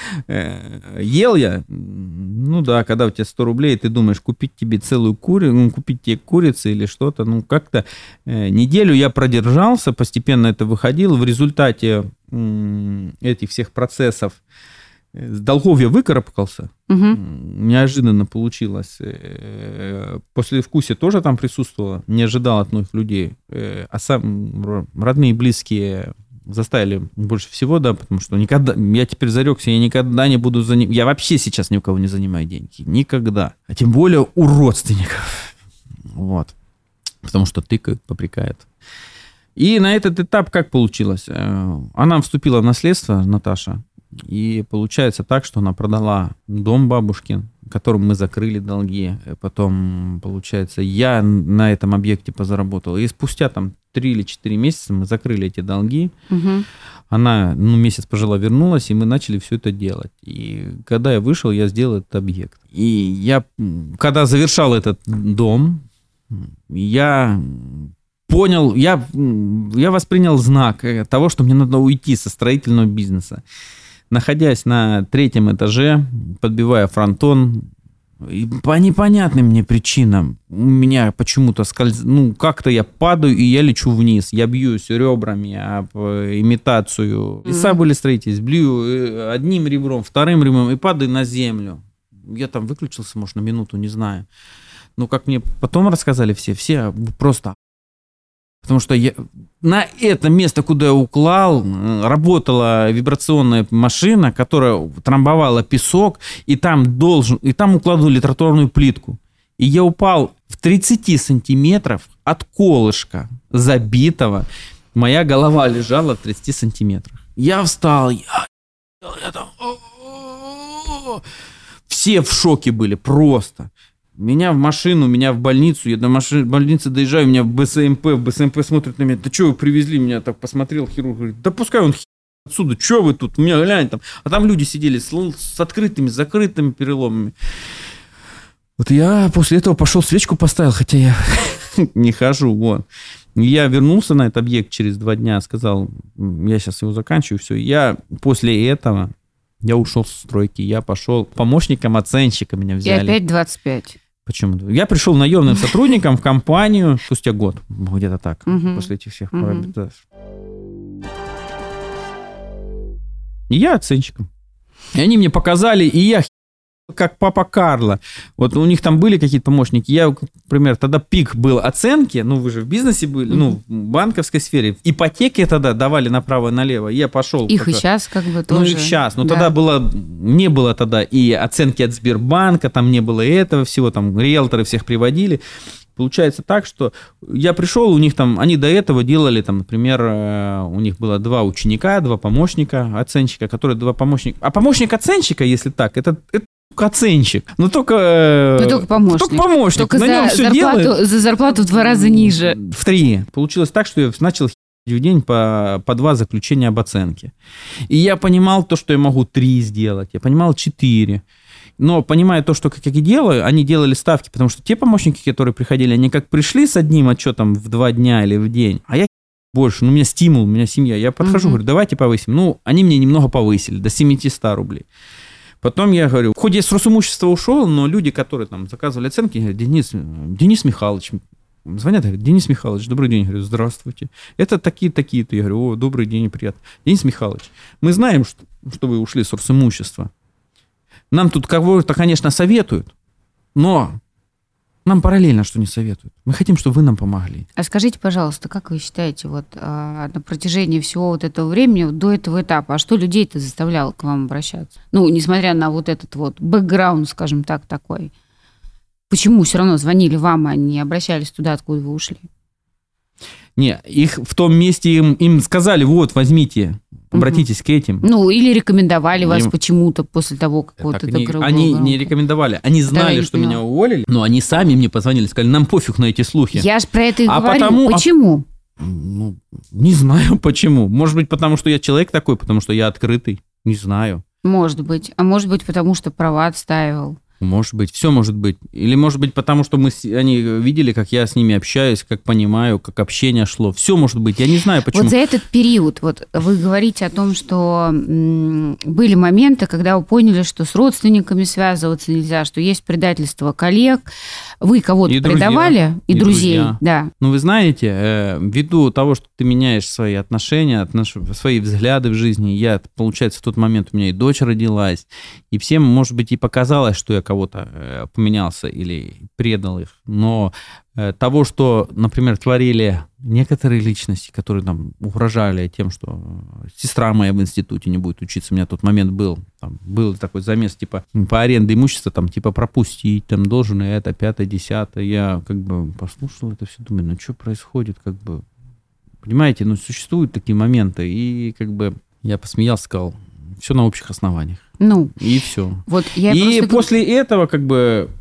Ел я, ну да, когда у тебя сто рублей, ты думаешь, купить тебе целую курицу, ну, купить тебе курицу или что-то, ну, как-то неделю я продержался, постепенно это выходило, в результате этих всех процессов с долгов я выкарабкался, угу. Неожиданно получилось. Послевкусие тоже там присутствовало, не ожидал от многих людей. А сам родные и близкие заставили больше всего, да, потому что никогда, я теперь зарекся, я никогда не буду занимать, я вообще сейчас ни у кого не занимаю деньги, никогда. А тем более у родственников. Вот. Потому что тыкают, попрекают. И на этот этап как получилось? Она вступила в наследство, Наташа, и получается так, что она продала дом бабушки, которым мы закрыли долги. Потом, получается, я на этом объекте позаработал. И спустя там три или четыре месяца мы закрыли эти долги. Угу. Она, ну, месяц пожила, вернулась, и мы начали все это делать. И когда я вышел, я сделал этот объект. И я, когда завершал этот дом, я... понял, я, я воспринял знак того, что мне надо уйти со строительного бизнеса. Находясь на третьем этаже, подбивая фронтон, и по непонятным мне причинам у меня почему-то скольз... ну, как-то я падаю, и я лечу вниз. Я бьюсь ребрами об имитацию. Леса были строительств, бью одним ребром, вторым ребром и падаю на землю. Я там выключился, может, на минуту, не знаю. Но как мне потом рассказали все, все просто... Потому что я, на это место, куда я уклал, работала вибрационная машина, которая трамбовала песок, и там, должен, и там укладывали тротуарную плитку. И я упал в тридцать сантиметров от колышка забитого. Моя голова лежала в тридцати сантиметрах. Я встал, я, я там... Все в шоке были, просто. Меня в машину, меня в больницу, я до машины, больницы доезжаю, меня в БСМП, в БСМП смотрят на меня, да что вы привезли меня, так посмотрел хирург, говорит, да пускай он отсюда, что вы тут, у меня глянь там, а там люди сидели с, с открытыми, с закрытыми переломами. Вот я после этого пошел свечку поставил, хотя я не хожу, вот. Я вернулся на этот объект через два дня, сказал, я сейчас его заканчиваю, все, я после этого, я ушел с стройки, я пошел помощником оценщика, меня взяли. И опять двадцать пять. Почему? Я пришел наемным сотрудником в компанию спустя год, где-то так, угу. После этих всех угу. параметров. И я оценщиком. И они мне показали, и я как папа Карло. Вот у них там были какие-то помощники. Я, например, тогда пик был оценки, ну вы же в бизнесе были, mm-hmm. ну в банковской сфере. Ипотеки тогда давали направо и налево. Я пошел. Их и сейчас как бы тоже. Ну их сейчас. Но да. тогда было, не было тогда и оценки от Сбербанка, там не было этого всего, там риэлторы всех приводили. Получается так, что я пришел, у них там, они до этого делали, там, например, у них было два ученика, два помощника оценщика, которые два помощника. А помощник оценщика, если так, это, это оценщик, но только, но только помощник. Только помощник. Только на нем за, все зарплату, за зарплату в два раза ниже. В три. Получилось так, что я начал в день по, по два заключения об оценке. И я понимал то, что я могу три сделать, я понимал четыре. Но понимая то, что как я делаю, они делали ставки, потому что те помощники, которые приходили, они как пришли с одним отчетом в два дня или в день, а я больше, ну у меня стимул, у меня семья. Я подхожу, mm-hmm. говорю, давайте повысим. Ну, они мне немного повысили, до семьсот рублей. Потом я говорю, хоть я с Росимущества ушел, но люди, которые там заказывали оценки, говорят, Денис, Денис Михайлович, звонят, говорят, Денис Михайлович, добрый день. Я говорю, здравствуйте. Это такие-такие-то. Я говорю, о, добрый день, приятно. Денис Михайлович, мы знаем, что, что вы ушли с Росимущества. Нам тут кого-то, конечно, советуют, но нам параллельно что не советуют. Мы хотим, чтобы вы нам помогли. А скажите, пожалуйста, как вы считаете, вот а, на протяжении всего вот этого времени, вот до этого этапа, а что людей-то заставляло к вам обращаться? Ну, несмотря на вот этот вот бэкграунд, скажем так, такой. Почему все равно звонили вам, а не обращались туда, откуда вы ушли? Не, их в том месте им, им сказали, вот, возьмите, обратитесь угу. к этим. Ну, или рекомендовали вас им... почему-то после того, как так вот это... Не, они не рекомендовали, они знали, да, что поняла. Меня уволили, но они сами мне позвонили, сказали, нам пофиг на эти слухи. Я же про это и а говорю, потому, почему? А, ну, не знаю почему. Может быть, потому что я человек такой, потому что я открытый, не знаю. Может быть, а может быть, потому что права отстаивал. Может быть, все может быть. Или может быть потому, что мы, с- они видели, как я с ними общаюсь, как понимаю, как общение шло. Все может быть. Я не знаю, почему. Вот за этот период, вот вы говорите о том, что м, были моменты, когда вы поняли, что с родственниками связываться нельзя, что есть предательство коллег. Вы кого-то И друзья. предавали? И, И друзей, друзья. да. Ну, вы знаете, э, ввиду того, что ты меняешь свои отношения, отнош- свои взгляды в жизни, я, получается, в тот момент у меня и дочь родилась, и всем, может быть, и показалось, что я кого-то э, поменялся или предал их, но э, того, что, например, творили некоторые личности, которые там угрожали тем, что сестра моя в институте не будет учиться, у меня в тот момент был, там, был такой замес, типа, по аренде имущества, там, типа, пропустить, там, должен и это, пятое, десятое, я, как бы, послушал это все, думаю, ну, что происходит, как бы, понимаете, ну, существуют такие моменты, и, как бы, я посмеялся, сказал, все на общих основаниях, Ну, и все. вот я И просто... после этого, как бы,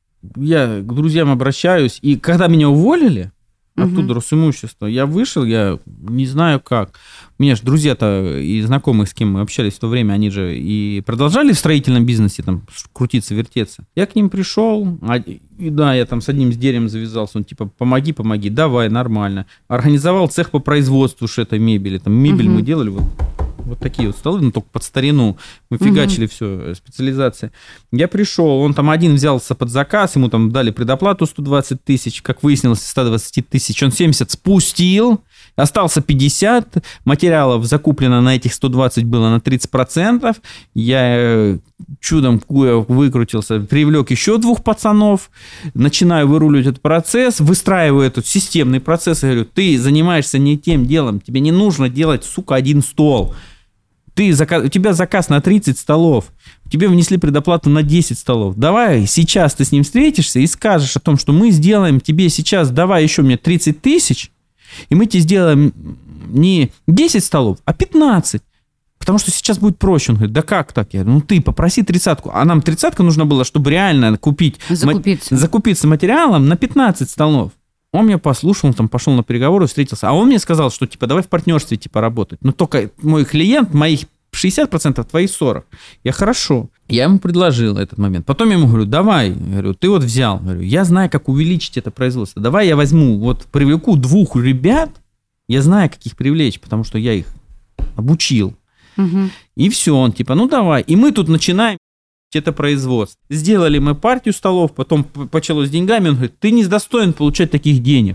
я к друзьям обращаюсь, и когда меня уволили, Мгм. оттуда Росимущество, я вышел, я не знаю как. У меня же друзья-то и знакомые, с кем мы общались в то время, они же и продолжали в строительном бизнесе там крутиться, вертеться. Я к ним пришел, а- и да, я там с одним с деревом завязался, он типа, помоги, помоги, давай, нормально. Организовал цех по производству уж этой мебели, там мебель Мгм. мы делали, вот, вот такие вот столы, но только под старину. Мы Мгм. фигачили все, специализация. Я пришел, он там один взялся под заказ, ему там дали предоплату сто двадцать тысяч, как выяснилось, сто двадцать тысяч, он семьдесят спустил, остался пятьдесят, материалов закуплено на этих сто двадцать было на тридцать процентов, я э, чудом выкрутился, привлек еще двух пацанов, начинаю выруливать этот процесс, выстраиваю этот системный процесс, и говорю, ты занимаешься не тем делом, тебе не нужно делать, сука, один стол. Ты заказ, у тебя заказ на тридцать столов, тебе внесли предоплату на десять столов. Давай сейчас ты с ним встретишься и скажешь о том, что мы сделаем тебе сейчас, давай еще мне тридцать тысяч, и мы тебе сделаем не десять столов, а пятнадцать. Потому что сейчас будет проще. Он говорит, да как так? Я говорю, ну ты попроси тридцатку. А нам тридцатка нужно было, чтобы реально купить, Закупиться. ма- закупиться материалом на пятнадцать столов. Он меня послушал, он там пошел на переговоры, встретился. А он мне сказал, что типа давай в партнерстве типа работать. Но только мой клиент, моих шестьдесят процентов, твои сорок процентов. Я хорошо. Я ему предложил этот момент. Потом я ему говорю, давай, говорю, ты вот взял. Говорю, я знаю, как увеличить это производство. Давай я возьму, вот привлеку двух ребят, я знаю, как их привлечь, потому что я их обучил. Мгм. И все, он типа, ну давай. И мы тут начинаем это производство. Сделали мы партию столов, потом п- почало с деньгами. Он говорит, ты не достоин получать таких денег.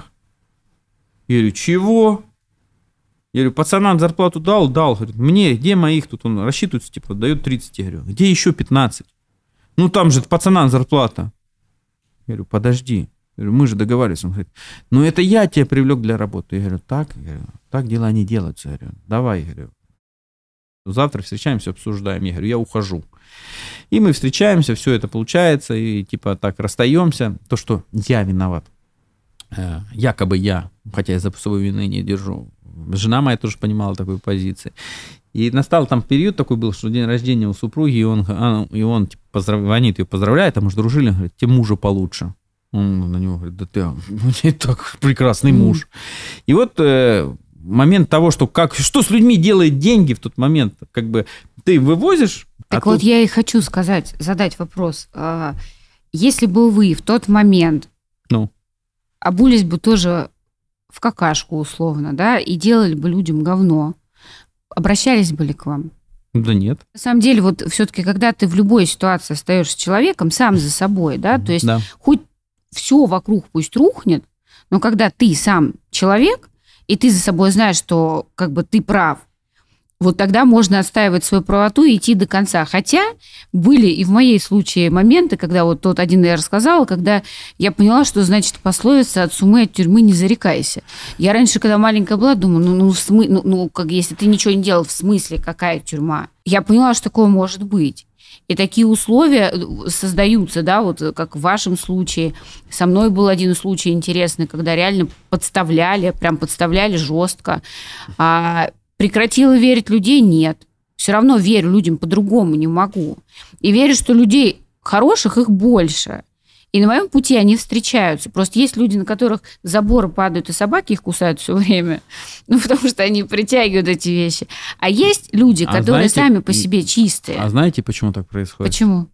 Я говорю, чего? Я говорю, пацанам зарплату дал? Дал. Говорит, мне, где моих тут? Он рассчитывается, типа, дает тридцать. Я говорю, где еще пятнадцать? Ну там же пацанам зарплата. Я говорю, подожди. Я говорю, мы же договаривались. Он говорит, ну это я тебя привлек для работы. Я говорю, так? Я говорю, так дела не делаются. Я говорю, давай, я говорю. Завтра встречаемся, обсуждаем. Я говорю, я ухожу. И мы встречаемся, все это получается, и типа так расстаемся. То, что я виноват. Э, Якобы я, хотя я за собой вины не держу. Жена моя тоже понимала такую позицию. И настал там период такой был, что день рождения у супруги, и он, а, и он типа, поздрав... звонит, ее поздравляет, а мы же дружили, он говорит, тебе мужа получше. Он на него говорит, да ты, у тебя так прекрасный муж. И вот э, момент того, что как, что с людьми делает деньги в тот момент, как бы ты вывозишь. Так а вот тут- я и хочу сказать, задать вопрос. А, Если бы вы в тот момент Ну. обулись бы тоже в какашку условно, да, и делали бы людям говно, обращались бы ли к вам? Да нет. На самом деле, вот все-таки, когда ты в любой ситуации остаешься человеком, сам за собой, да, то есть Да. хоть все вокруг пусть рухнет, но когда ты сам человек, и ты за собой знаешь, что как бы ты прав, вот тогда можно отстаивать свою правоту и идти до конца. Хотя были и в моей случае моменты, когда вот тот один я рассказала, когда я поняла, что значит пословица «от сумы, от тюрьмы не зарекайся». Я раньше, когда маленькая была, думала, ну, ну, в смы... ну, ну как если ты ничего не делал, в смысле, какая тюрьма? Я поняла, что такое может быть. И такие условия создаются, да, вот как в вашем случае. Со мной был один случай интересный, когда реально подставляли, прям подставляли жестко. А прекратила верить людей? Нет. Все равно верю людям по-другому, не могу. И верю, что людей хороших их больше. И на моем пути они встречаются. Просто есть люди, на которых заборы падают, и собаки их кусают все время. Ну, потому что они притягивают эти вещи. А есть люди, А которые знаете, сами по себе чистые. А знаете, почему так происходит? Почему?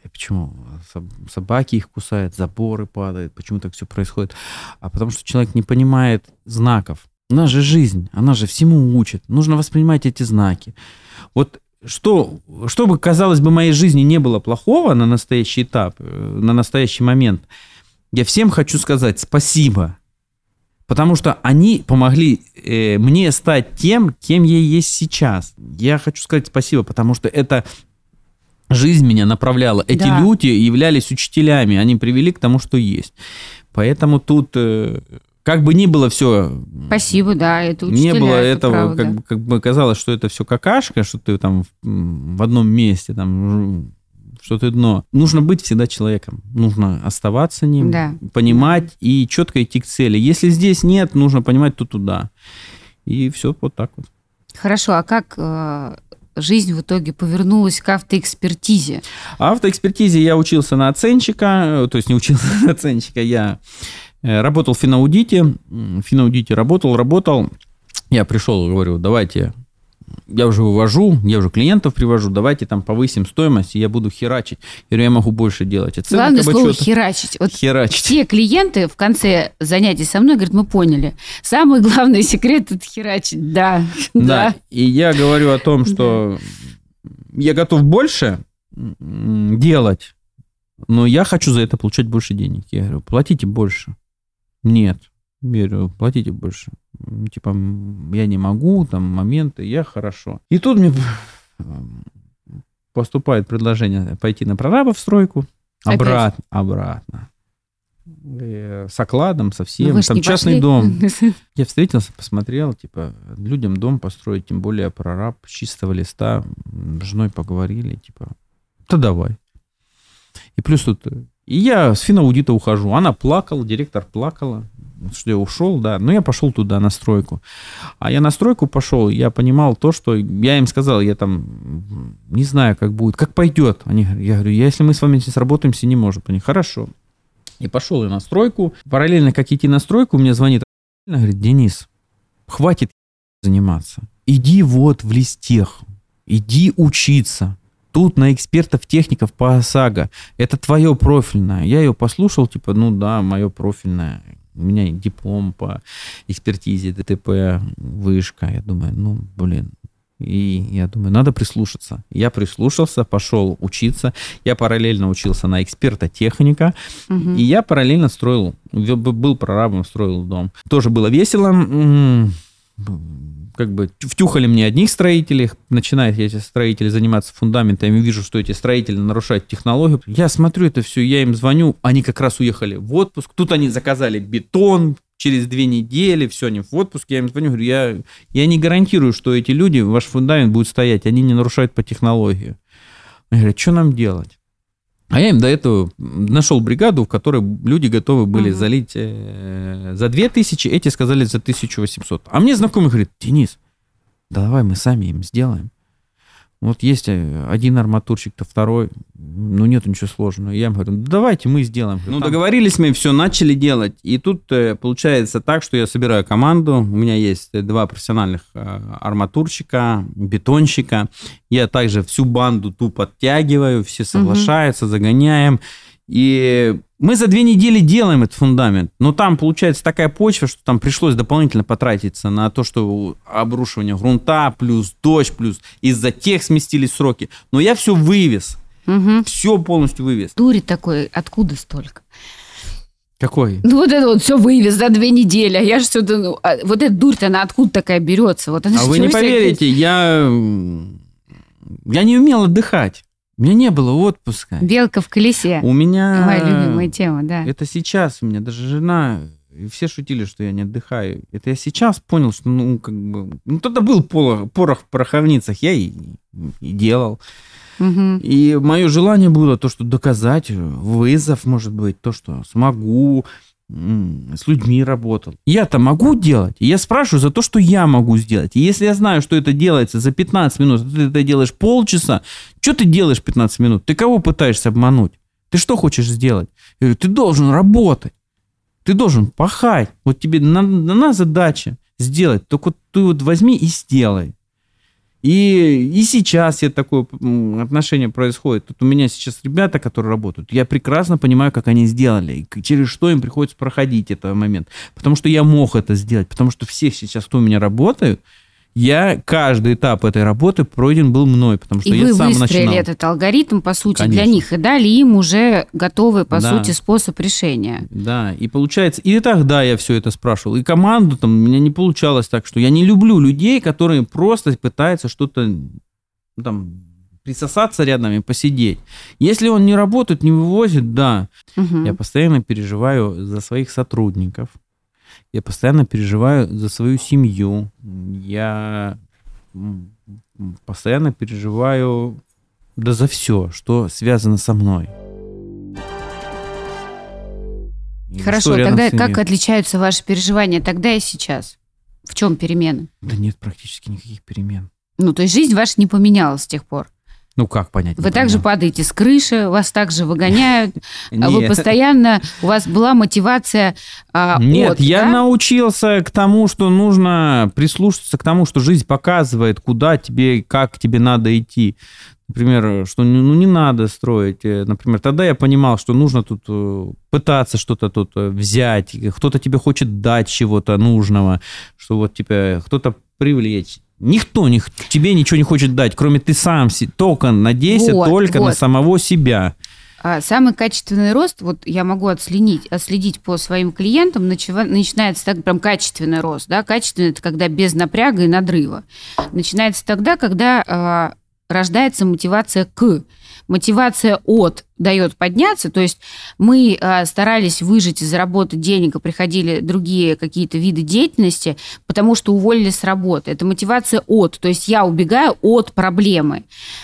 Почему собаки их кусают, заборы падают, почему так все происходит? А потому что человек не понимает знаков. У нас же жизнь, она же всему учит. Нужно воспринимать эти знаки. Вот что, что бы, казалось бы, в моей жизни не было плохого на настоящий этап, на настоящий момент, я всем хочу сказать спасибо. Потому что они помогли э, мне стать тем, кем я есть сейчас. Я хочу сказать спасибо, потому что это жизнь меня направляла. Эти да. люди являлись учителями, они привели к тому, что есть. Поэтому тут, э, как бы ни было все... Спасибо, да, это учителя. Не было это этого, правда. как, как бы казалось, что это все какашка, что ты там в, в одном месте, там... что ты дно. Нужно быть всегда человеком. Нужно оставаться ним, да. понимать и четко идти к цели. Если здесь нет, нужно понимать, то туда. И все вот так вот. Хорошо, а как э, жизнь в итоге повернулась к автоэкспертизе? Автоэкспертизе я учился на оценщика, то есть не учился на оценщика, я работал в финаудите, в финаудите работал, работал. Я пришел и говорю, давайте... Я уже вывожу, я уже клиентов привожу, давайте там повысим стоимость, и я буду херачить. Я говорю, я могу больше делать. Оценка, главное слово херачить. Вот херачить. Все клиенты в конце занятий со мной говорят, мы поняли. Самый главный секрет – это херачить, да. Да, и я говорю о том, что я готов больше делать, но я хочу за это получать больше денег. Я говорю, платите больше. Нет. Я говорю, платите больше. Типа, я не могу, там моменты, я хорошо. И тут мне поступает предложение пойти на прораба в стройку. Обратно, обратно. И с окладом, со всем. Там частный пошли. Дом. Я встретился, посмотрел, типа, людям дом построить, тем более прораб с чистого листа. С женой поговорили, типа, да давай. И плюс тут... И я с финаудита ухожу. Она плакала, директор плакала, что я ушел, да. Но я пошел туда, на стройку. А я на стройку пошел, я понимал то, что... Я им сказал, я там не знаю, как будет, как пойдет. Они, я говорю, если мы с вами не сработаемся, не можем. Они, хорошо. И пошел я на стройку. Параллельно, как идти на стройку, мне звонит, говорит, Денис, хватит заниматься. Иди вот в листех, иди учиться. Тут на экспертов, техников по ОСАГО. Это твое профильное. Я ее послушал, типа, ну да, мое профильное. У меня диплом по экспертизе, ДТП, вышка. Я думаю, ну, блин. И я думаю, надо прислушаться. Я прислушался, пошел учиться. Я параллельно учился на эксперта-техника. Угу. И я параллельно строил, был прорабом, строил дом. Тоже было весело. Как бы втюхали мне одних строителей, начинают эти строители заниматься фундаментами, вижу, что эти строители нарушают технологию. Я смотрю это все, я им звоню, они как раз уехали в отпуск. Тут они заказали бетон, через две недели, все, они в отпуске. Я им звоню, говорю, я, я не гарантирую, что эти люди, ваш фундамент будет стоять, они не нарушают по технологии. Они говорят, что нам делать? А я им до этого нашел бригаду, в которой люди готовы были uh-huh. залить э, за две тысячи, эти сказали за тысячу восемьсот. А мне знакомый говорит, Денис, да давай мы сами им сделаем. Вот есть один арматурщик, то второй, ну нету ничего сложного. Я им говорю, ну давайте мы сделаем. Ну договорились мы, все, начали делать. И тут получается так, что я собираю команду. У меня есть два профессиональных арматурщика, бетонщика. Я также всю банду тупо подтягиваю, все соглашаются, угу. загоняем. И мы за две недели делаем этот фундамент. Но там получается такая почва, что там пришлось дополнительно потратиться на то, что обрушивание грунта, плюс дождь, плюс из-за тех сместились сроки. Но я все вывез. Угу. Все полностью вывез. Дури такой, откуда столько? Какой? Ну, вот это вот все вывез за две недели. А я же все-то... Ну, вот эта дурь-то, она откуда такая берется? Вот она а вы не поверите, я... я не умел отдыхать. У меня не было отпуска. Белка в колесе. У меня... Моя любимая тема, да. Это сейчас у меня даже жена... И все шутили, что я не отдыхаю. Это я сейчас понял, что, ну, как бы... Ну, тогда был порох, порох в пороховницах. Я и, и делал. Угу. И мое желание было то, что доказать, вызов, может быть, то, что смогу, с людьми работал. Я-то могу делать. И я спрашиваю за то, что я могу сделать. И если я знаю, что это делается за пятнадцать минут, а ты это делаешь полчаса, что ты делаешь пятнадцать минут? Ты кого пытаешься обмануть? Ты что хочешь сделать? Я говорю, ты должен работать. Ты должен пахать. Вот тебе дана задача сделать. Только ты вот возьми и сделай. И, и сейчас это такое отношение происходит. Тут у меня сейчас ребята, которые работают, я прекрасно понимаю, как они сделали, и через что им приходится проходить этот момент. Потому что я мог это сделать, потому что все сейчас, кто у меня работают, я каждый этап этой работы пройден был мной, потому что и я сам начинал. И вы выстроили этот алгоритм, по сути, Конечно. Для них, и дали им уже готовый, по Да. сути, способ решения. Да, и получается, и тогда я все это спрашивал, и команду там, у меня не получалось так, что я не люблю людей, которые просто пытаются что-то там присосаться рядом и посидеть. Если он не работает, не вывозит, да, Угу. я постоянно переживаю за своих сотрудников. Я постоянно переживаю за свою семью. Я постоянно переживаю да за все, что связано со мной. И Хорошо, что рядом тогда с ними. как отличаются ваши переживания тогда и сейчас? В чем перемены? Да нет практически никаких перемен. Ну, то есть жизнь ваша не поменялась с тех пор. Ну, как понять? Вы не также понимаю. падаете с крыши, вас также выгоняют, а вы Нет. постоянно, у вас была мотивация а, Нет, от, я да? научился к тому, что нужно прислушаться к тому, что жизнь показывает, куда тебе, как тебе надо идти. Например, что ну, не надо строить. Например, тогда я понимал, что нужно тут пытаться что-то тут взять, кто-то тебе хочет дать чего-то нужного, что вот тебя кто-то привлечь. Никто не, тебе ничего не хочет дать, кроме ты сам. Только надейся Вот, только вот. на самого себя. А самый качественный рост, вот я могу отследить, отследить по своим клиентам, начи- начинается так прям качественный рост. Да? Качественный – это когда без напряга и надрыва. Начинается тогда, когда а, рождается мотивация к. Мотивация от дает подняться, то есть мы а, старались выжить и заработать денег, и приходили другие какие-то виды деятельности, потому что уволились с работы. Это мотивация от, то есть я убегаю от проблемы.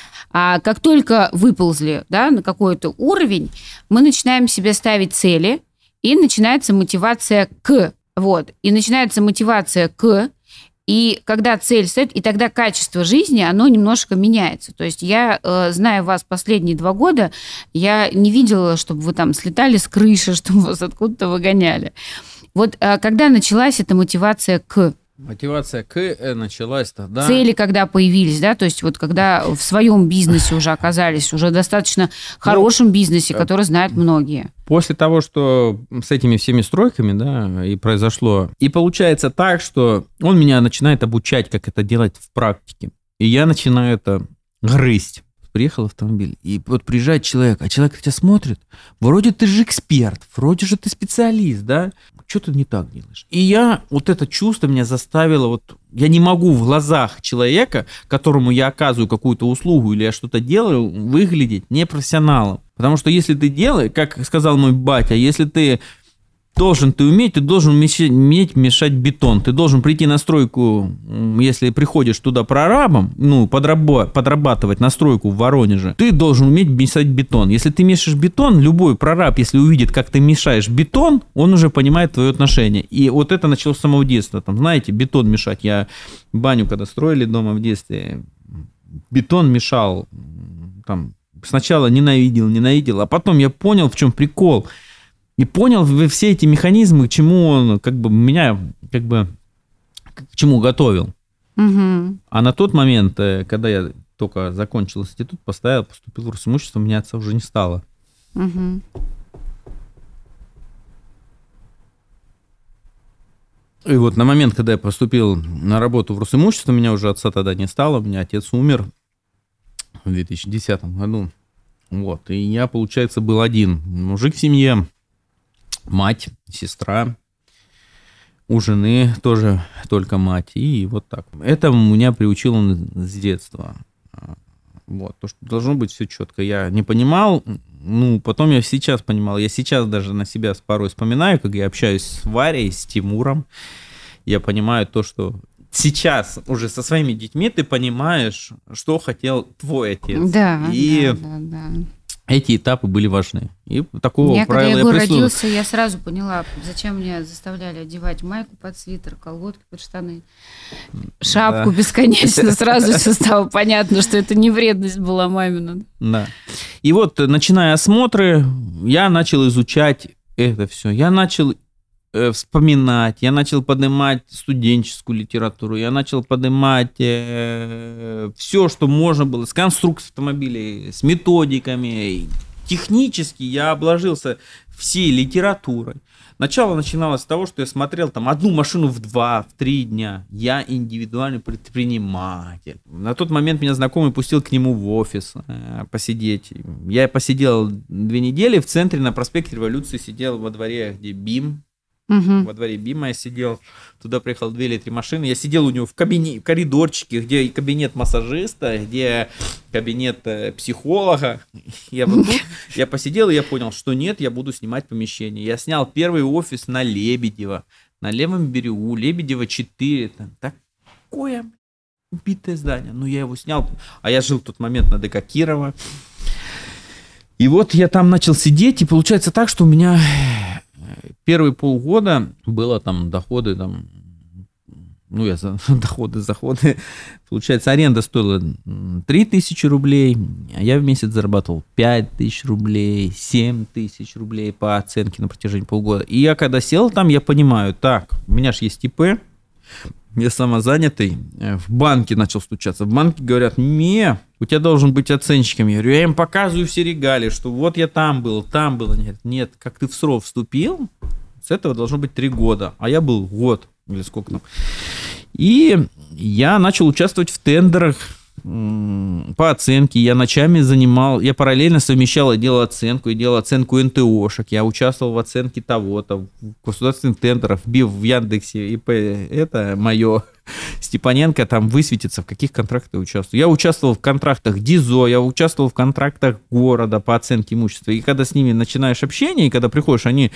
А как только выползли, да, на какой-то уровень, мы начинаем себе ставить цели, и начинается мотивация к. Вот. И начинается мотивация к. И когда цель стоит, и тогда качество жизни, оно немножко меняется. То есть я, э, зная вас последние два года, я не видела, чтобы вы там слетали с крыши, чтобы вас откуда-то выгоняли. Вот э, когда началась эта мотивация к? Мотивация к началась тогда. Цели, когда появились, да, то есть вот когда в своем бизнесе уже оказались, уже достаточно хорошем бизнесе, который знают многие. После того, что с этими всеми стройками, да, и произошло, и получается так, что он меня начинает обучать, как это делать в практике. И я начинаю это грызть. Приехал автомобиль, и вот приезжает человек, а человек тебя смотрит, вроде ты же эксперт, вроде же ты специалист, да? Что ты не так делаешь? И я, вот это чувство меня заставило, вот я не могу в глазах человека, которому я оказываю какую-то услугу или я что-то делаю, выглядеть непрофессионалом. Потому что если ты делаешь, как сказал мой батя, если ты должен ты уметь, ты должен уметь мешать бетон. Ты должен прийти на стройку, если приходишь туда прорабом, ну, подрабо- подрабатывать на стройку в Воронеже, ты должен уметь мешать бетон. Если ты мешаешь бетон, любой прораб, если увидит, как ты мешаешь бетон, он уже понимает твое отношение. И вот это началось с самого детства. Там, знаете, бетон мешать. Я баню, когда строили дома в детстве, бетон мешал. Там, сначала ненавидел, ненавидел, а потом я понял, в чем прикол. И понял все эти механизмы, к чему он как бы меня как бы к чему готовил. Угу. А на тот момент, когда я только закончил институт, поставил, поступил в Росимущество, у меня отца уже не стало. Угу. И вот на момент, когда я поступил на работу в Росимущество, у меня уже отца тогда не стало, у меня отец умер в две тысячи десятом году. Вот, и я, получается, был один мужик в семье. Мать, сестра, у жены тоже только мать, и вот так. Это меня приучил он с детства. Вот, то, что должно быть все четко. Я не понимал, ну, потом я сейчас понимал. Я сейчас даже на себя порой вспоминаю, как я общаюсь с Варей, с Тимуром. Я понимаю то, что сейчас уже со своими детьми ты понимаешь, что хотел твой отец. Да, и да, да, да. Эти этапы были важны. И такого Меня, правила когда я Егор прислушался. родился, я сразу поняла, зачем меня заставляли одевать майку под свитер, колготки под штаны, шапку Да. бесконечно. Сразу все стало понятно, что это не вредность была мамина. Да. И вот, начиная осмотры, я начал изучать это все. Я начал э, вспоминать, я начал поднимать студенческую литературу, я начал поднимать э, все, что можно было, с конструкцией автомобилей, с методиками. Технически я обложился всей литературой. Начало начиналось с того, что я смотрел там одну машину в два, в три дня. Я индивидуальный предприниматель. На тот момент меня знакомый пустил к нему в офис э, посидеть. Я посидел две недели в центре на проспекте Революции, сидел во дворе, где БИМ. Угу. Во дворе БИМа я сидел, туда приехал две или три машины, я сидел у него в кабинете, в коридорчике, где кабинет массажиста, где кабинет э, психолога. Я вот тут, я посидел, и я понял, что нет, я буду снимать помещение. Я снял первый офис на Лебедева, на левом берегу, Лебедева четыре, там такое убитое здание. Ну, я его снял, а я жил в тот момент на ДК Кирова. И вот я там начал сидеть, и получается так, что у меня... Первые полгода было там доходы, там, ну, я за доходы, заходы. Получается, аренда стоила три тысячи рублей, а я в месяц зарабатывал пять тысяч рублей, семь тысяч рублей по оценке на протяжении полгода. И я когда сел там, я понимаю, так, у меня же есть ИП, я самозанятый, в банке начал стучаться. В банке говорят, не, у тебя должен быть оценщиком. Я говорю, я им показываю все регалии, что вот я там был, там был. Они говорят, нет, как ты в СРО вступил, с этого должно быть три года. А я был год, или сколько там. И я начал участвовать в тендерах по оценке. Я ночами занимал, я параллельно совмещал и делал оценку, и делал оценку эн тэ о-шек. Я участвовал в оценке того-то, в государственных тендерах, вбив в Яндексе ИП, это мое, Степаненко, там высветится, в каких контрактах я участвую. Я участвовал в контрактах ДИЗО, я участвовал в контрактах города по оценке имущества. И когда с ними начинаешь общение, и когда приходишь, они...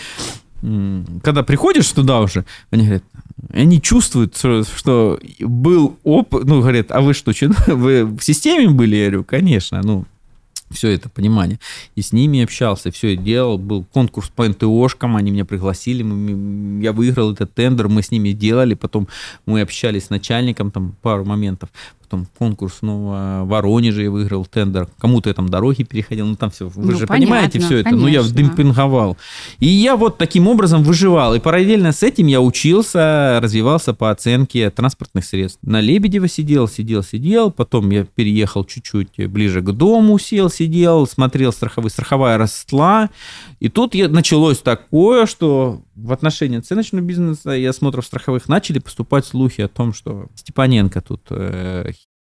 Когда приходишь туда уже, они говорят, они чувствуют, что, что был опыт, ну, говорят, а вы что, вы в системе были? Я говорю, конечно, ну, все это понимание. И с ними общался, все это делал, был конкурс по эн тэ о-шкам, они меня пригласили, мы, я выиграл этот тендер, мы с ними делали, потом мы общались с начальником, там пару моментов, потом конкурс в Воронеже я выиграл тендер, кому-то я там дороги переходил, ну там все, вы ну, же понятно, понимаете все это, конечно. Ну я демпинговал. И я вот таким образом выживал, и параллельно с этим я учился, развивался по оценке транспортных средств. На Лебедева сидел, сидел, сидел, потом я переехал чуть-чуть ближе к дому, сел, сидел, смотрел страховые, страховая росла, и тут я, началось такое, что в отношении оценочного бизнеса и осмотров страховых начали поступать слухи о том, что Степаненко тут, э,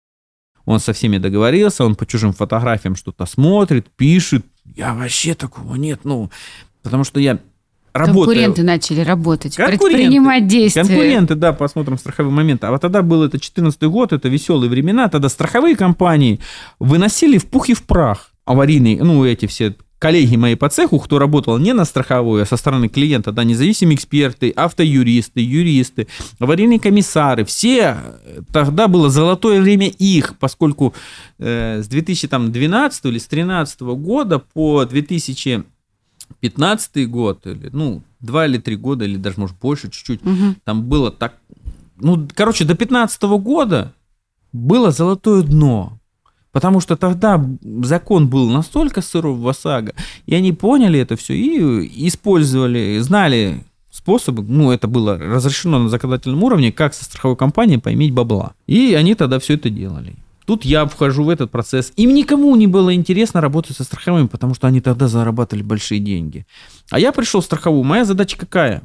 он со всеми договорился, он по чужим фотографиям что-то смотрит, пишет. Я вообще такого нет, ну, потому что я работаю... Конкуренты начали работать, предпринимать действия. Конкуренты, да, по осмотрам страховых моментов. А вот тогда был это четырнадцатый год, это веселые времена, тогда страховые компании выносили в пух и в прах аварийные, ну, эти все... Коллеги мои по цеху, кто работал не на страховую, а со стороны клиента, да, независимые эксперты, автоюристы, юристы, аварийные комиссары, все, тогда было золотое время их, поскольку э, с две тысячи двенадцатого или с две тысячи тринадцатого года по две тысячи пятнадцатый год, или, ну, два или три года, или даже, может, больше чуть-чуть, угу. Там было так, ну, короче, до две тысячи пятнадцатого года было золотое дно. Потому что тогда закон был настолько сырой в ОСАГО, и они поняли это все и использовали, знали способы, ну, это было разрешено на законодательном уровне, как со страховой компанией поиметь бабла. И они тогда все это делали. Тут я вхожу в этот процесс. Им никому не было интересно работать со страховыми, потому что они тогда зарабатывали большие деньги. А я пришел в страховую. Моя задача какая?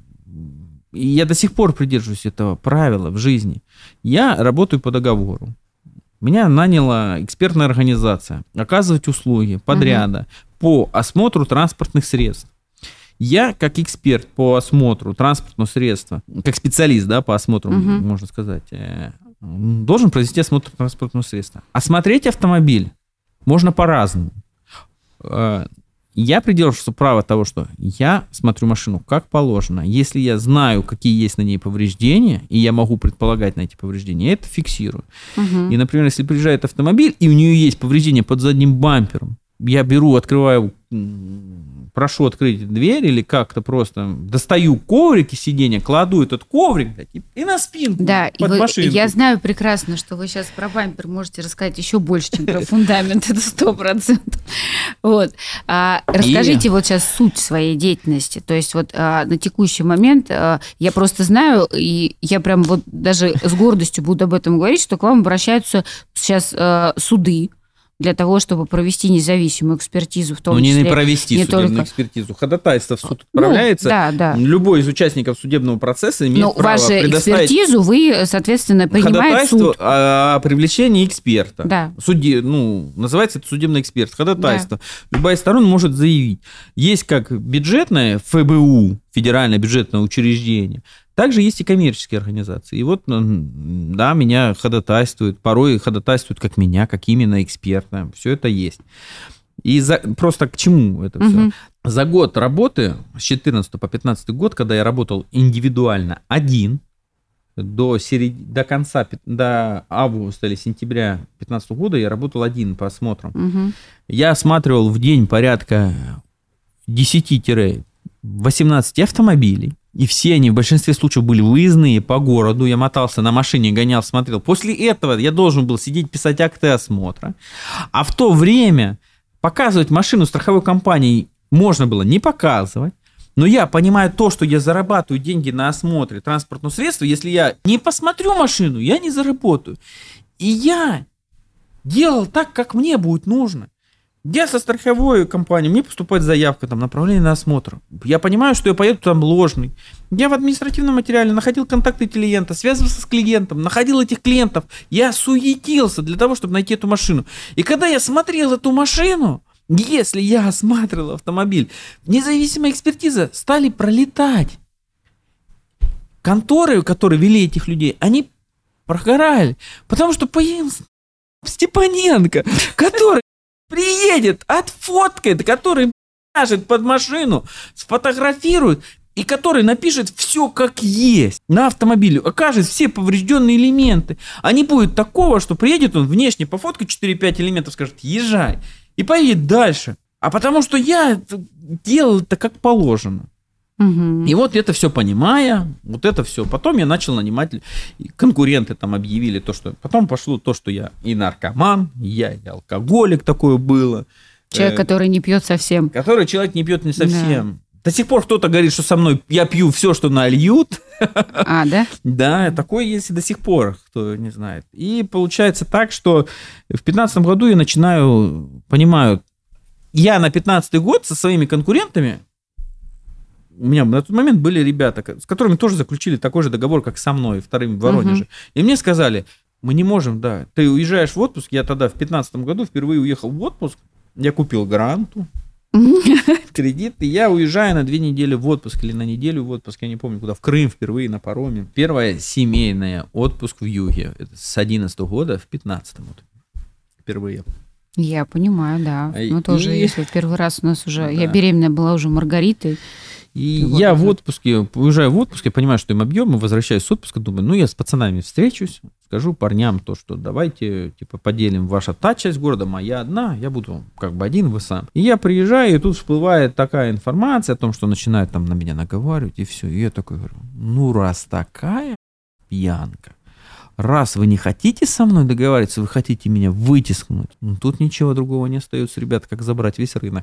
И я до сих пор придерживаюсь этого правила в жизни. Я работаю по договору. Меня наняла экспертная организация оказывать услуги подряда угу. по осмотру транспортных средств. Я, как эксперт по осмотру транспортного средства, как специалист, да, по осмотру, угу. можно сказать, должен произвести осмотр транспортного средства. Осмотреть автомобиль можно по-разному. Я придерживаюсь права того, что я смотрю машину как положено. Если я знаю, какие есть на ней повреждения, и я могу предполагать на эти повреждения, я это фиксирую. Угу. И, например, если приезжает автомобиль, и у нее есть повреждения под задним бампером, я беру, открываю прошу открыть дверь или как-то просто достаю коврик из сиденья, кладу этот коврик и, и на спинку да, под и машинку. Вы, я знаю прекрасно, что вы сейчас про бампер можете рассказать еще больше, чем про фундамент, это сто процентов. Вот. А, расскажите и... вот сейчас суть своей деятельности. То есть вот а, на текущий момент а, я просто знаю, и я прям вот даже с гордостью буду об этом говорить, что к вам обращаются сейчас а, суды, для того, чтобы провести независимую экспертизу, в том ну, числе... Ну, не провести не судебную только... экспертизу. Ходатайство в суд отправляется. Ну, да, да. Любой из участников судебного процесса имеет Но право вашу предоставить... экспертизу вы, соответственно, принимает суд. Ходатайство о привлечении эксперта. Да. Суде, ну, называется это судебный эксперт. Ходатайство. Да. Любая из сторон может заявить. Есть как бюджетное эф бэ у, федеральное бюджетное учреждение, также есть и коммерческие организации. И вот, да, меня ходатайствуют, порой ходатайствуют как меня, как именно эксперта. Все это есть. И за, просто к чему это все? Угу. За год работы, с четырнадцатого по пятнадцатый год, когда я работал индивидуально один, до, серед... до конца, до августа или сентября две тысячи пятнадцатого года я работал один по осмотрам. Угу. Я осматривал в день порядка десять-восемнадцать автомобилей. И все они в большинстве случаев были выездные по городу. Я мотался на машине, гонял, смотрел. После этого я должен был сидеть, писать акты осмотра. А в то время показывать машину страховой компании можно было не показывать. Но я понимаю то, что я зарабатываю деньги на осмотре транспортного средства. Если я не посмотрю машину, я не заработаю. И я делал так, как мне будет нужно. Я со страховой компанией, мне поступает заявка, там, направление на осмотр. Я понимаю, что я поеду там ложный. Я в административном материале находил контакты клиента, связывался с клиентом, находил этих клиентов. Я суетился для того, чтобы найти эту машину. И когда я смотрел эту машину, если я осматривал автомобиль, независимая экспертиза стали пролетать. Конторы, которые вели этих людей, они прогорали. Потому что появился Степаненко, который приедет, отфоткает, который ляжет под машину, сфотографирует, и который напишет все как есть на автомобиле, окажет все поврежденные элементы. А не будет такого, что приедет он внешне, пофоткает четыре-пять элементов, скажет, езжай, и поедет дальше. А потому что я делал это как положено. Угу. И вот это все понимая, вот это все. Потом я начал нанимать, конкуренты там объявили то, что... Потом пошло то, что я и наркоман, я и алкоголик, такое было. Человек, э, который не пьет совсем. Который человек не пьет не совсем. Да. До сих пор кто-то говорит, что со мной я пью все, что нальют. А, да? Да, такое есть и до сих пор, кто не знает. И получается так, что в пятнадцатом году я начинаю, понимаю, я на пятнадцатый год со своими конкурентами, у меня на тот момент были ребята, с которыми тоже заключили такой же договор, как со мной, вторым в Воронеже. Uh-huh. И мне сказали, мы не можем, да, ты уезжаешь в отпуск. Я тогда в пятнадцатом году впервые уехал в отпуск. Я купил гранту, кредит, и я уезжаю на две недели в отпуск или на неделю в отпуск, я не помню куда, в Крым впервые на пароме. Первая семейная отпуск в Юге. Это с одиннадцатого года в пятнадцатом вот, впервые. Я понимаю, да. Ну, тоже, и... если первый раз у нас уже... Да. Я беременная была уже Маргаритой. И вот я в отпуске, уезжаю в отпуск, я понимаю, что им объемы, возвращаюсь с отпуска, думаю, ну, я с пацанами встречусь, скажу парням то, что давайте, типа, поделим ваша та часть города, моя одна, я буду как бы один, вы сам. И я приезжаю, и тут всплывает такая информация о том, что начинают там на меня наговаривать, и все. И я такой говорю, ну, раз такая пьянка, раз вы не хотите со мной договариваться, вы хотите меня вытискнуть, ну, тут ничего другого не остается, ребята, как забрать весь рынок.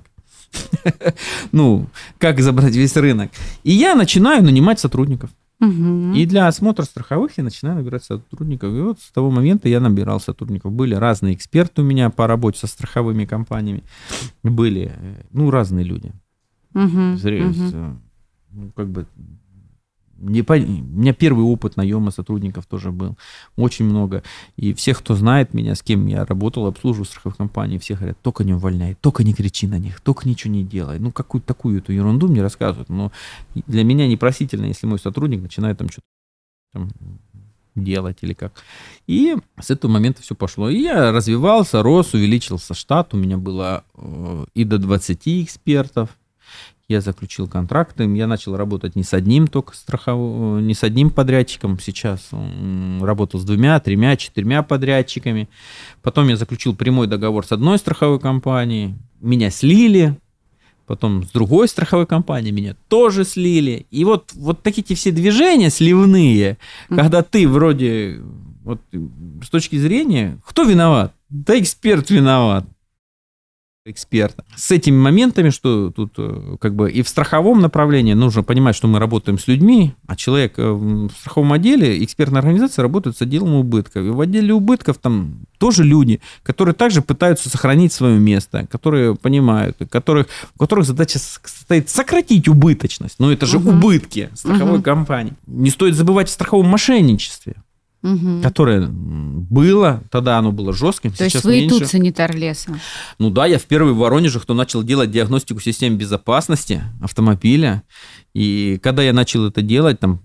Ну, как забрать весь рынок. И я начинаю нанимать сотрудников. Угу. И для осмотра страховых я начинаю набирать сотрудников. И вот с того момента я набирал сотрудников. Были разные эксперты у меня по работе со страховыми компаниями. Были, ну, разные люди. Угу. Ну, как бы... Не по... У меня первый опыт наема сотрудников тоже был. Очень много. И всех, кто знает меня, с кем я работал, обслуживаю страховых компаний, все говорят, только не увольняй, только не кричи на них, только ничего не делай. Ну, какую-то такую эту ерунду мне рассказывают. Но для меня непростительно, если мой сотрудник начинает там что-то там делать или как. И с этого момента все пошло. И я развивался, рос, увеличился штат. У меня было э, и до двадцати экспертов. Я заключил контракты, я начал работать не с одним только страхов... не с одним подрядчиком, сейчас работал с двумя, тремя, четырьмя подрядчиками. Потом я заключил прямой договор с одной страховой компанией, меня слили, потом с другой страховой компании меня тоже слили. И вот, вот такие все движения сливные, mm-hmm. когда ты вроде, вот с точки зрения, кто виноват? Да эксперт виноват. Эксперта. С этими моментами, что тут как бы и в страховом направлении нужно понимать, что мы работаем с людьми, а человек в страховом отделе, экспертная организация работает с отделом убытков. И в отделе убытков там тоже люди, которые также пытаются сохранить свое место, которые понимают, которых, у которых задача состоит сократить убыточность. Но это же угу. убытки страховой угу. компании. Не стоит забывать о страховом мошенничестве. Угу. Которое было, тогда оно было жестким, То сейчас есть вы меньше. И тут санитар леса. Ну да, я в первый в Воронеже, кто начал делать диагностику систем безопасности автомобиля. И когда я начал это делать, там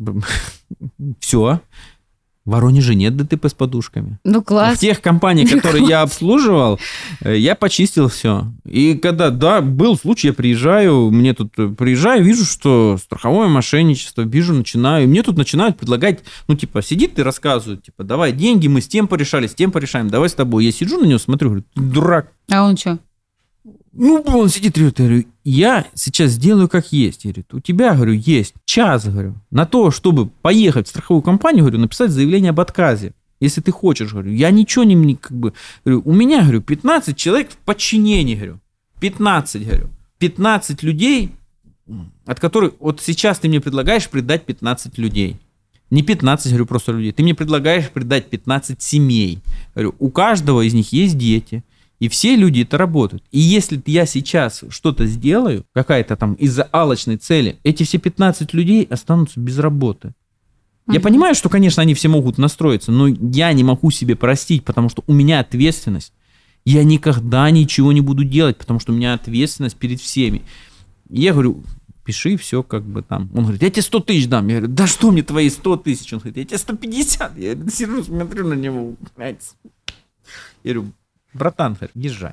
все. В Воронеже нет ДТП с подушками. Ну, класс. В тех компаниях, которые я обслуживал, я почистил все. И когда, да, был случай, я приезжаю, мне тут приезжаю, вижу, что страховое мошенничество, вижу, начинаю, и мне тут начинают предлагать, ну, типа, сидит и рассказывает, типа, давай деньги, мы с тем порешали, с тем порешаем, давай с тобой. Я сижу на него, смотрю, говорю, ты дурак. А он что? Ну, он сидит и говорит, я говорю, я сейчас сделаю как есть. Я говорю, у тебя, говорю, есть час, говорю, на то, чтобы поехать в страховую компанию, говорю, написать заявление об отказе. Если ты хочешь, говорю, я ничего не, как бы, говорю, у меня, говорю, пятнадцать человек в подчинении, говорю, пятнадцать, говорю, пятнадцать людей, от которых, вот сейчас ты мне предлагаешь предать пятнадцать людей. Не пятнадцать, говорю, просто людей. Ты мне предлагаешь предать пятнадцать семей. Говорю, у каждого из них есть дети. И все люди это работают. И если я сейчас что-то сделаю, какая-то там из-за алчной цели, эти все пятнадцать людей останутся без работы. Uh-huh. Я понимаю, что, конечно, они все могут настроиться, но я не могу себе простить, потому что у меня ответственность. Я никогда ничего не буду делать, потому что у меня ответственность перед всеми. И я говорю, пиши все как бы там. Он говорит, я тебе сто тысяч дам. Я говорю, да что мне твои сто тысяч? Он говорит, я тебе сто пятьдесят. Я сижу, смотрю на него. Я говорю, братан, езжай.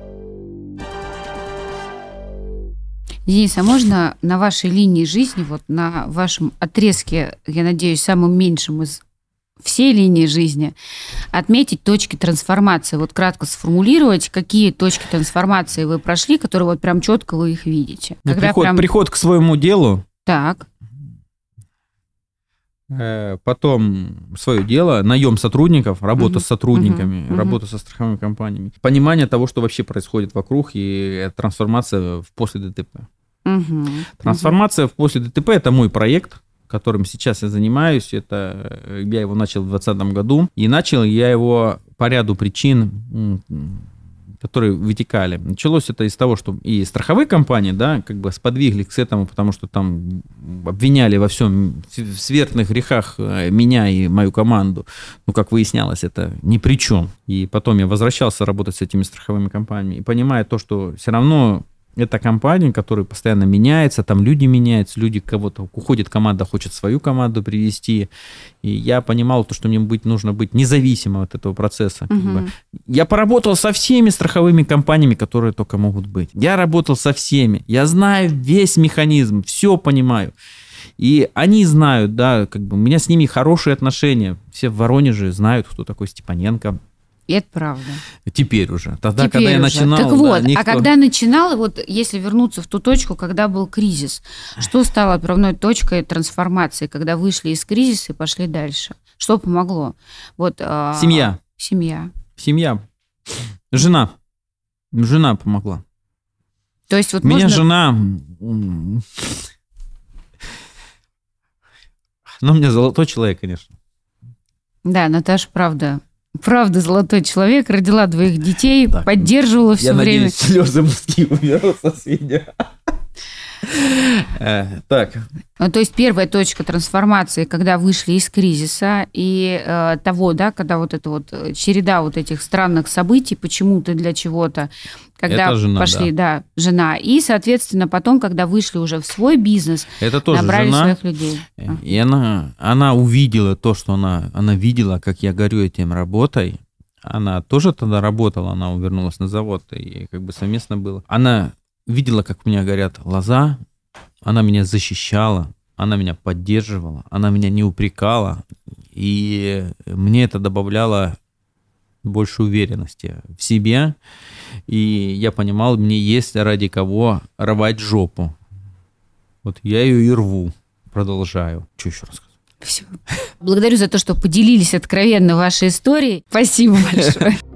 Денис, а можно на вашей линии жизни, вот на вашем отрезке, я надеюсь, самым меньшим из всей линии жизни, отметить точки трансформации? Вот кратко сформулировать, какие точки трансформации вы прошли, которые вот прям четко вы их видите. Ну, приход, прям... приход к своему делу. Так. Потом свое дело, наем сотрудников, работа uh-huh. с сотрудниками, uh-huh. работа со страховыми компаниями, понимание того, что вообще происходит вокруг, и трансформация в после ДТП. Uh-huh. Трансформация uh-huh. в после ДТП – это мой проект, которым сейчас я занимаюсь. Это я его начал в двадцатом году, и начал я его по ряду причин, которые вытекали. Началось это из того, что и страховые компании, да, как бы сподвигли к этому, потому что там обвиняли во всем, в смертных грехах меня и мою команду. Ну, как выяснялось, это ни при чем. И потом я возвращался работать с этими страховыми компаниями, и понимая то, что все равно это компания, которая постоянно меняется, там люди меняются, люди кого-то, уходит команда, хочет свою команду привести. И я понимал, то, что мне быть, нужно быть независимым от этого процесса. Угу. Как бы. Я поработал со всеми страховыми компаниями, которые только могут быть. Я работал со всеми. Я знаю весь механизм, все понимаю. И они знают, да, как бы у меня с ними хорошие отношения. Все в Воронеже знают, кто такой Степаненко. И это правда. Теперь уже. Тогда, Теперь когда я уже. начинал... Так да, вот, никто... а когда начинал, вот если вернуться в ту точку, когда был кризис, что стало отправной точкой трансформации, когда вышли из кризиса и пошли дальше? Что помогло? Вот, Семья. Семья. Семья. Жена. Жена помогла. То есть вот Меня можно... жена... Ну, у меня золотой человек, конечно. Да, Наташа, правда... Правда, золотой человек, родила двоих детей, так, поддерживала все я время. Я надеюсь, слезы мужские уберу со свинья. Так. То есть первая точка трансформации, когда вышли из кризиса и э, того, да, когда вот эта вот череда вот этих странных событий, почему-то для чего-то, когда жена, пошли, да. да, жена, и, соответственно, потом, когда вышли уже в свой бизнес, это тоже набрали жена, своих людей. И она, она увидела то, что она, она видела, как я горю этим работой. Она тоже тогда работала, она вернулась на завод, и как бы совместно было. Она видела, как у меня горят глаза, она меня защищала, она меня поддерживала, она меня не упрекала, и мне это добавляло больше уверенности в себе. И я понимал, мне есть ради кого рвать жопу. Вот я ее и рву. Продолжаю. Что еще рассказать? Все. Благодарю за то, что поделились откровенно вашей историей. Спасибо большое.